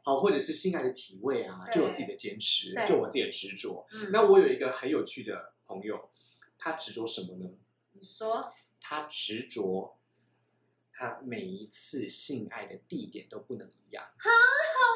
好，或者是性爱的体位啊，就有自己的坚持，就我自己的执着。 嗯、 那我有一个很有趣的朋友，他执着什么呢？ 你说， 他执着。他每一次性爱的地点都不能一样， 哈，好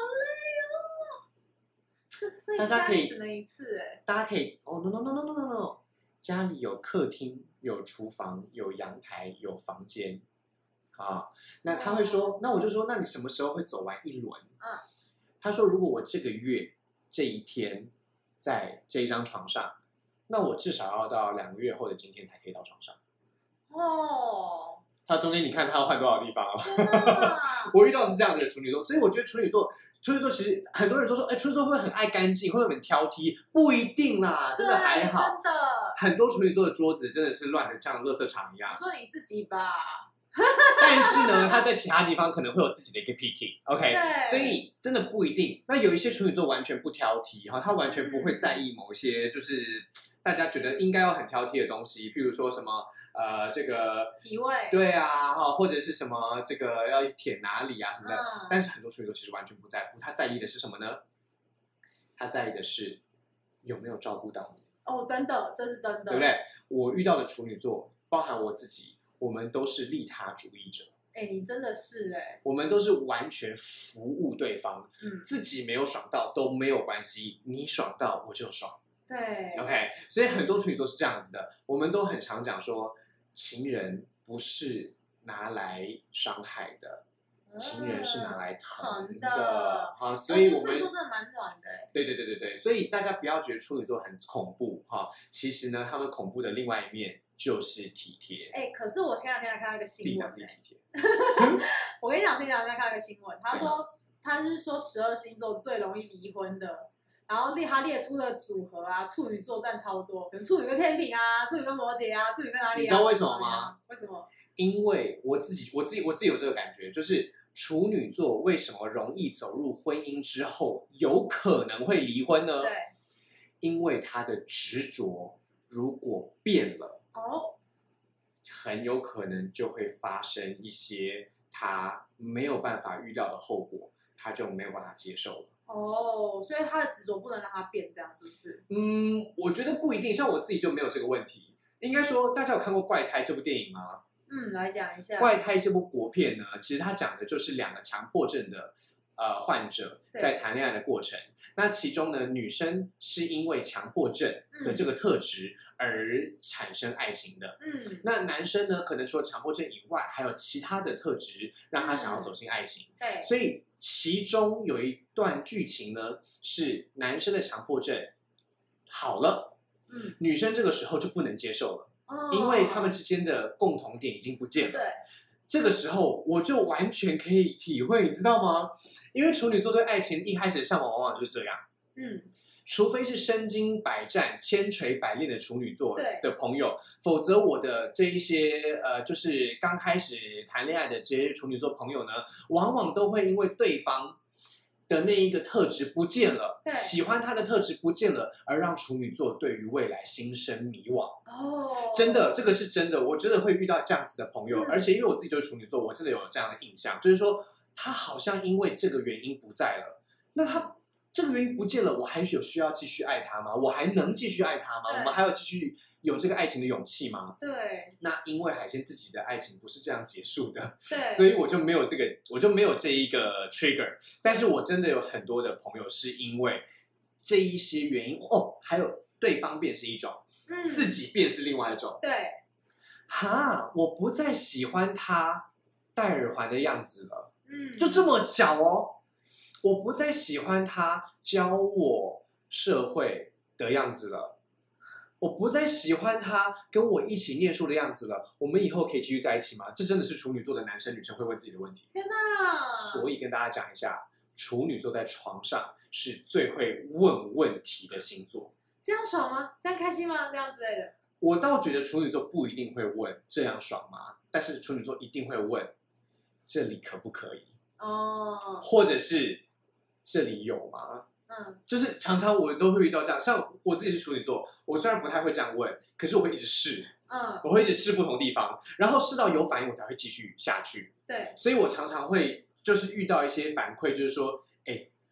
累哦！所以家里只能一次哎。 大家可以哦 no no no no no no no， 家里有客厅、有厨房、有阳台、有房间，啊，那他会说，哦、那我就说，那你什么时候会走完一轮？ 嗯， 他说，如果我这个月这一天在这一张床上，那我至少要到两个月后的今天才可以到床上。 哦。 他中间你看他要换多少地方啊？我遇到是这样的处女座，所以我觉得处女座，处女座其实很多人都说，哎，处女座会不会很爱干净，会不会很挑剔？不一定啦，真的还好。 真的， 很多处女座的桌子真的是乱的像垃圾场一样。 你说你自己吧。 但是呢，他在其他地方可能会有自己的一个 picking，OK，、okay? 所以真的不一定。那有一些处女座完全不挑剔哈，他完全不会在意某些就是大家觉得应该要很挑剔的东西，譬如说什么。呃，这个体位对啊，哈，或者是什么这个要舔哪里啊什么的， 嗯、 但是很多处女座其实完全不在乎，他在意的是什么呢？他在意的是有没有照顾到你。 哦，真的，这是真的， 对不对？我遇到的处女座，包含我自己，我们都是利他主义者。 哎，你真的是哎， 我们都是完全服务对方， 嗯， 自己没有爽到都没有关系，你爽到我就爽。 对 ，OK， 所以很多处女座是这样子的，我们都很常讲说。情人不是拿来伤害的，嗯、情人是拿来疼的。 的好，所以我们处女座真的蛮暖的。 对对对对对，所以大家不要觉得处女座很恐怖哈，其实呢，他们恐怖的另外一面就是体贴。 哎，可是我前两天还看到一个新闻， 自己讲自己体贴。 我跟你讲，前两天看到一个新闻，他说他是说十二星座最容易离婚的。然后列他列出的组合啊，处女座占超多，可能处女跟天秤啊，处女跟摩羯啊，处女跟哪里啊？ 你知道为什么吗？ 为什么？ 因为我自己，我自己，我自己有这个感觉，就是处女座为什么容易走入婚姻之后有可能会离婚呢？ 对， 因为他的执着如果变了， 哦， 很有可能就会发生一些他没有办法预料的后果，他就没有办法接受了。 哦，所以他的执着不能让他变，这样是不是？ 嗯，我觉得不一定。像我自己就没有这个问题。应该说，大家有看过《怪胎》这部电影吗？ 嗯，来讲一下。《 怪胎》这部国片呢，其实它讲的就是两个强迫症的呃患者在谈恋爱的过程。那其中呢，女生是因为强迫症的这个特质而产生爱情的。 嗯， 那男生呢，可能除了强迫症以外，还有其他的特质让他想要走进爱情。 嗯、对， 所以其中有一段剧情呢，是男生的强迫症好了， 嗯， 女生这个时候就不能接受了， 哦、 因为他们之间的共同点已经不见了。 对。 这个时候我就完全可以体会，你知道吗？因为处女座对爱情一开始的向往往往就是这样， 嗯， 除非是身经百战、千锤百炼的处女座的朋友，否则我的这一些呃，就是刚开始谈恋爱的这些处女座朋友呢，往往都会因为对方的那一个特质不见了， 对， 喜欢他的特质不见了，而让处女座对于未来心生迷惘。 哦， 真的，这个是真的，我真的会遇到这样子的朋友，嗯、而且因为我自己就是处女座，我真的有这样的印象，就是说他好像因为这个原因不在了，那他这个原因不见了，我还有需要继续爱他吗？我还能继续爱他吗？我们还要继续有这个爱情的勇气吗？ 对。 那因为海鲜自己的爱情不是这样结束的， 对， 所以我就没有这个，我就没有这一个 trigger。但是我真的有很多的朋友是因为这一些原因哦，还有对方变是一种。 嗯、 自己变是另外一种。 对， 哈，我不再喜欢他戴耳环的样子了。 嗯， 就这么小哦，我不再喜欢他教我社会的样子了。我不再喜欢他跟我一起念书的样子了。我们以后可以继续在一起吗？这真的是处女座的男生女生会问自己的问题。 天哪！ 所以跟大家讲一下，处女座在床上是最会问问题的星座。 这样爽吗？这样开心吗？这样之类的。 我倒觉得处女座不一定会问这样爽吗？但是处女座一定会问这里可不可以哦， 或者是这里有吗？ 嗯， 就是常常我都会遇到这样，像我自己是处女座，我虽然不太会这样问，可是我会一直试， 嗯， 我会一直试不同地方，然后试到有反应我才会继续下去。 对， 所以我常常会就是遇到一些反馈，就是说，哎，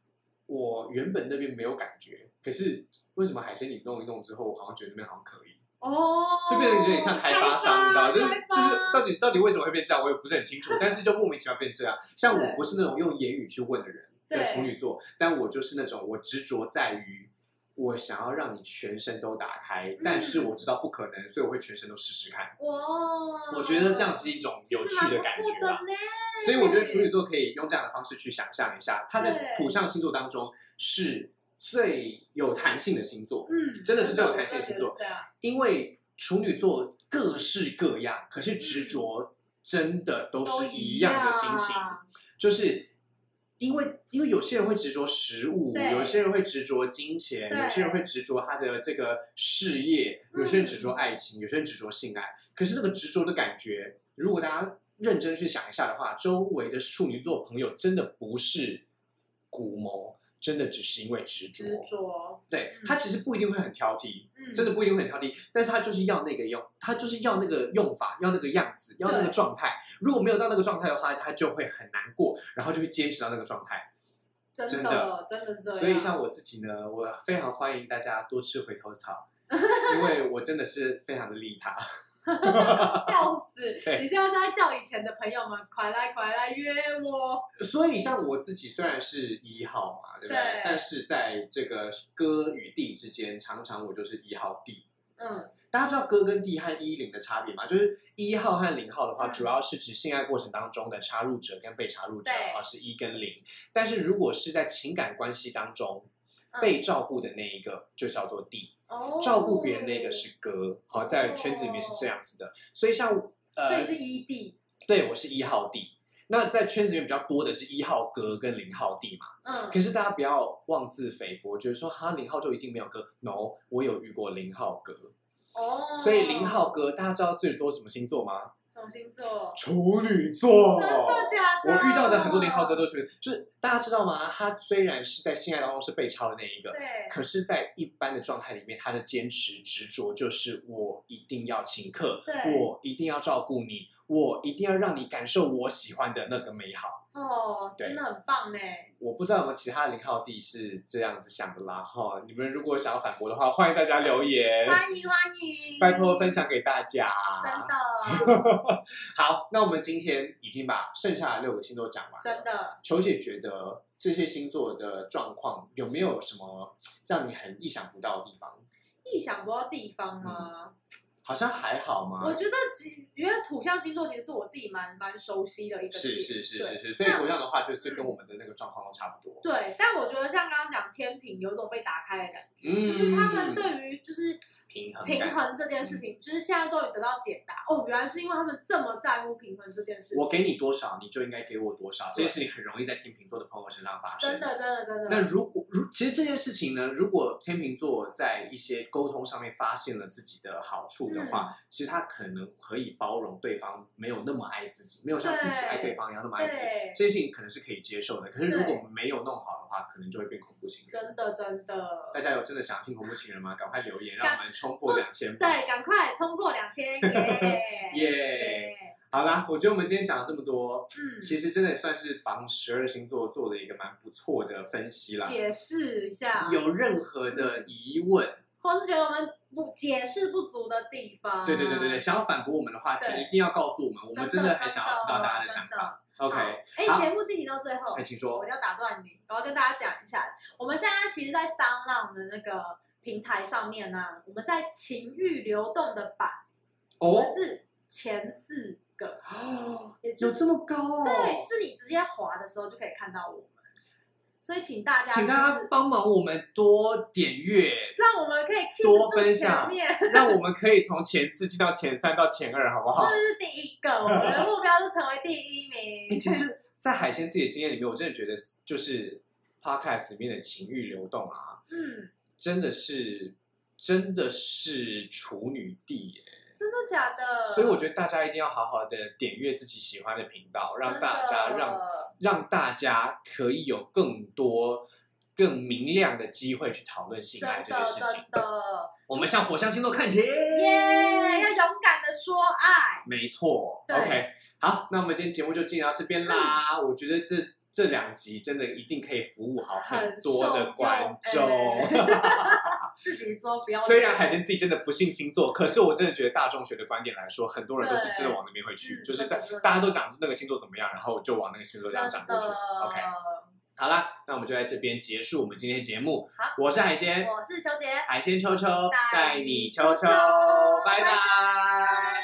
我原本那边没有感觉，可是为什么海鲜你弄一弄之后，我好像觉得那边好像可以。 哦， 就变得有点像开发商，你知道，就是就是到底到底为什么会变这样，我也不是很清楚，但是就莫名其妙变这样。像我不是那种用言语去问的人的处女座，但我就是那种我执着在于我想要让你全身都打开，嗯、但是我知道不可能，所以我会全身都试试看。哇，我觉得这样是一种有趣的感觉啦。所以我觉得处女座可以用这样的方式去想象一下，它在土象星座当中是最有弹性的星座，嗯，真的是最有弹性的星座，因为处女座各式各样，可是执着真的都是一样的心情，就是因为因为有些人会执着食物，有些人会执着金钱，有些人会执着他的这个事业，有些人执着爱情，有些人执着性爱，可是那个执着的感觉，如果大家认真去想一下的话，周围的处女座朋友真的不是古谋。真的只是因为执着，执着，对、嗯、他其实不一定会很挑剔、嗯，真的不一定会很挑剔，但是他就是要那个用，他就是要那个用法，要那个样子，要那个状态。如果没有到那个状态的话，他就会很难过，然后就会坚持到那个状态。 真的，真的，真的是这样。 所以像我自己呢，我非常欢迎大家多吃回头草，因为我真的是非常的利他。 笑死！你现在在叫以前的朋友们，快来快来约我。 所以像我自己虽然是一号嘛，对不对？对，但是在这个哥与弟之间，常常我就是一号弟。嗯，大家知道哥跟弟和一零的差别吗？就是一号和零号的话，嗯、主要是指性爱过程当中的插入者跟被插入者啊，是一跟零。但是如果是在情感关系当中，嗯、被照顾的那一个就叫做弟。哦、照顾别人那个是哥，好，在圈子里面是这样子的，所以像呃， 所以是一弟， 对，我是一号弟。那在圈子里面比较多的是一号哥跟零号弟嘛，嗯，可是大家不要妄自菲薄，觉得说哈零号就一定没有哥 ，no， 我有遇过零号哥，哦，所以零号哥大家知道最多什么星座吗？ 什么星座？ 处女座。 真的假的？ 我遇到的很多零号哥都是，就是大家知道吗？他虽然是在性爱当中是被抄的那一个，对，可是在一般的状态里面，他的坚持执着就是我一定要请客，我一定要照顾你，我一定要让你感受我喜欢的那个美好。 哦，真的很棒呢。 我不知道有没有其他零号弟是这样子想的啦哈。你们如果想要反驳的话，欢迎大家留言， 欢迎欢迎， 拜托分享给大家。 真的。 好，那我们今天已经把剩下的六个星座讲完了。 真的。 球姐觉得这些星座的状况有没有什么让你很意想不到的地方？ 意想不到的地方吗？嗯， 好像还好吗？ 我觉得，因为土象星座其实是我自己蛮蛮熟悉的一个点， 是是是是是，所以土象的话就是跟我们的那个状况都差不多。 对，但我觉得像刚刚讲天秤有一种被打开的感觉，嗯、就是他们对于就是平衡平衡这件事情，嗯、就是现在终于得到解答。哦，原来是因为他们这么在乎平衡这件事情。 我给你多少，你就应该给我多少，这件事情很容易在天秤座的朋友身上发生。 真的真的真的。 那如果如其实这件事情呢，如果天秤座在一些沟通上面发现了自己的好处的话，嗯、其实他可能可以包容对方没有那么爱自己，没有像自己爱对方一样那么爱自己，这件事情可能是可以接受的。可是如果没有弄好的话，可能就会变恐怖情人。 真的真的。 大家有真的想听恐怖情人吗？赶快留言，让我们冲破两千。 对，赶快冲破两千，耶耶！好啦，我觉得我们今天讲了这么多，嗯，其实真的也算是帮十二星座做了一个蛮不错的分析啦， 解释一下。 有任何的疑问，嗯、 或是觉得我们不解释不足的地方， 对对对对对，想要反驳我们的话，请一定要告诉我们，我们真的很想要知道大家的想法。OK， 哎，节目进行到最后， 哎，请说， 我要打断你，我要跟大家讲一下，我们现在其实，在SoundOn的那个平台上面呢、啊，我们在情欲流动的版，哦、我们是前四个， 哦，有这么高哦？ 对，就是你直接滑的时候就可以看到我们，所以请大家、就是， 请大家帮忙我们多点阅， 让我们可以 keep 多分享，让我们可以从前四进到前三到前二，好不好？ 这是第一个，我们的目标是成为第一名。 欸、其实，在海鲜自己的经验里面，我真的觉得就是 podcast 里面的情欲流动啊，嗯。真的是，真的是处女地耶！ 真的假的？ 所以我觉得大家一定要好好的点阅自己喜欢的频道，让大家让让大家可以有更多、更明亮的机会去讨论性爱这件事情。 真的， 我们向火象星座看齐！耶！ Yeah, 要勇敢的说爱。 没错。OK， 好，那我们今天节目就进行到这边啦。嗯、我觉得这。 这两集真的一定可以服务好很多的观众。 自己说不要。 虽然海鲜自己真的不信星座，可是我真的觉得大众学的观点来说，很多人都是真的往那边会去，就是大大家都讲那个星座怎么样，然后就往那个星座这样讲过去。OK， 好啦，那我们就在这边结束我们今天的节目。 好， 我是海鲜， 我是秋姐， 海鲜秋秋带你带你秋秋，拜拜。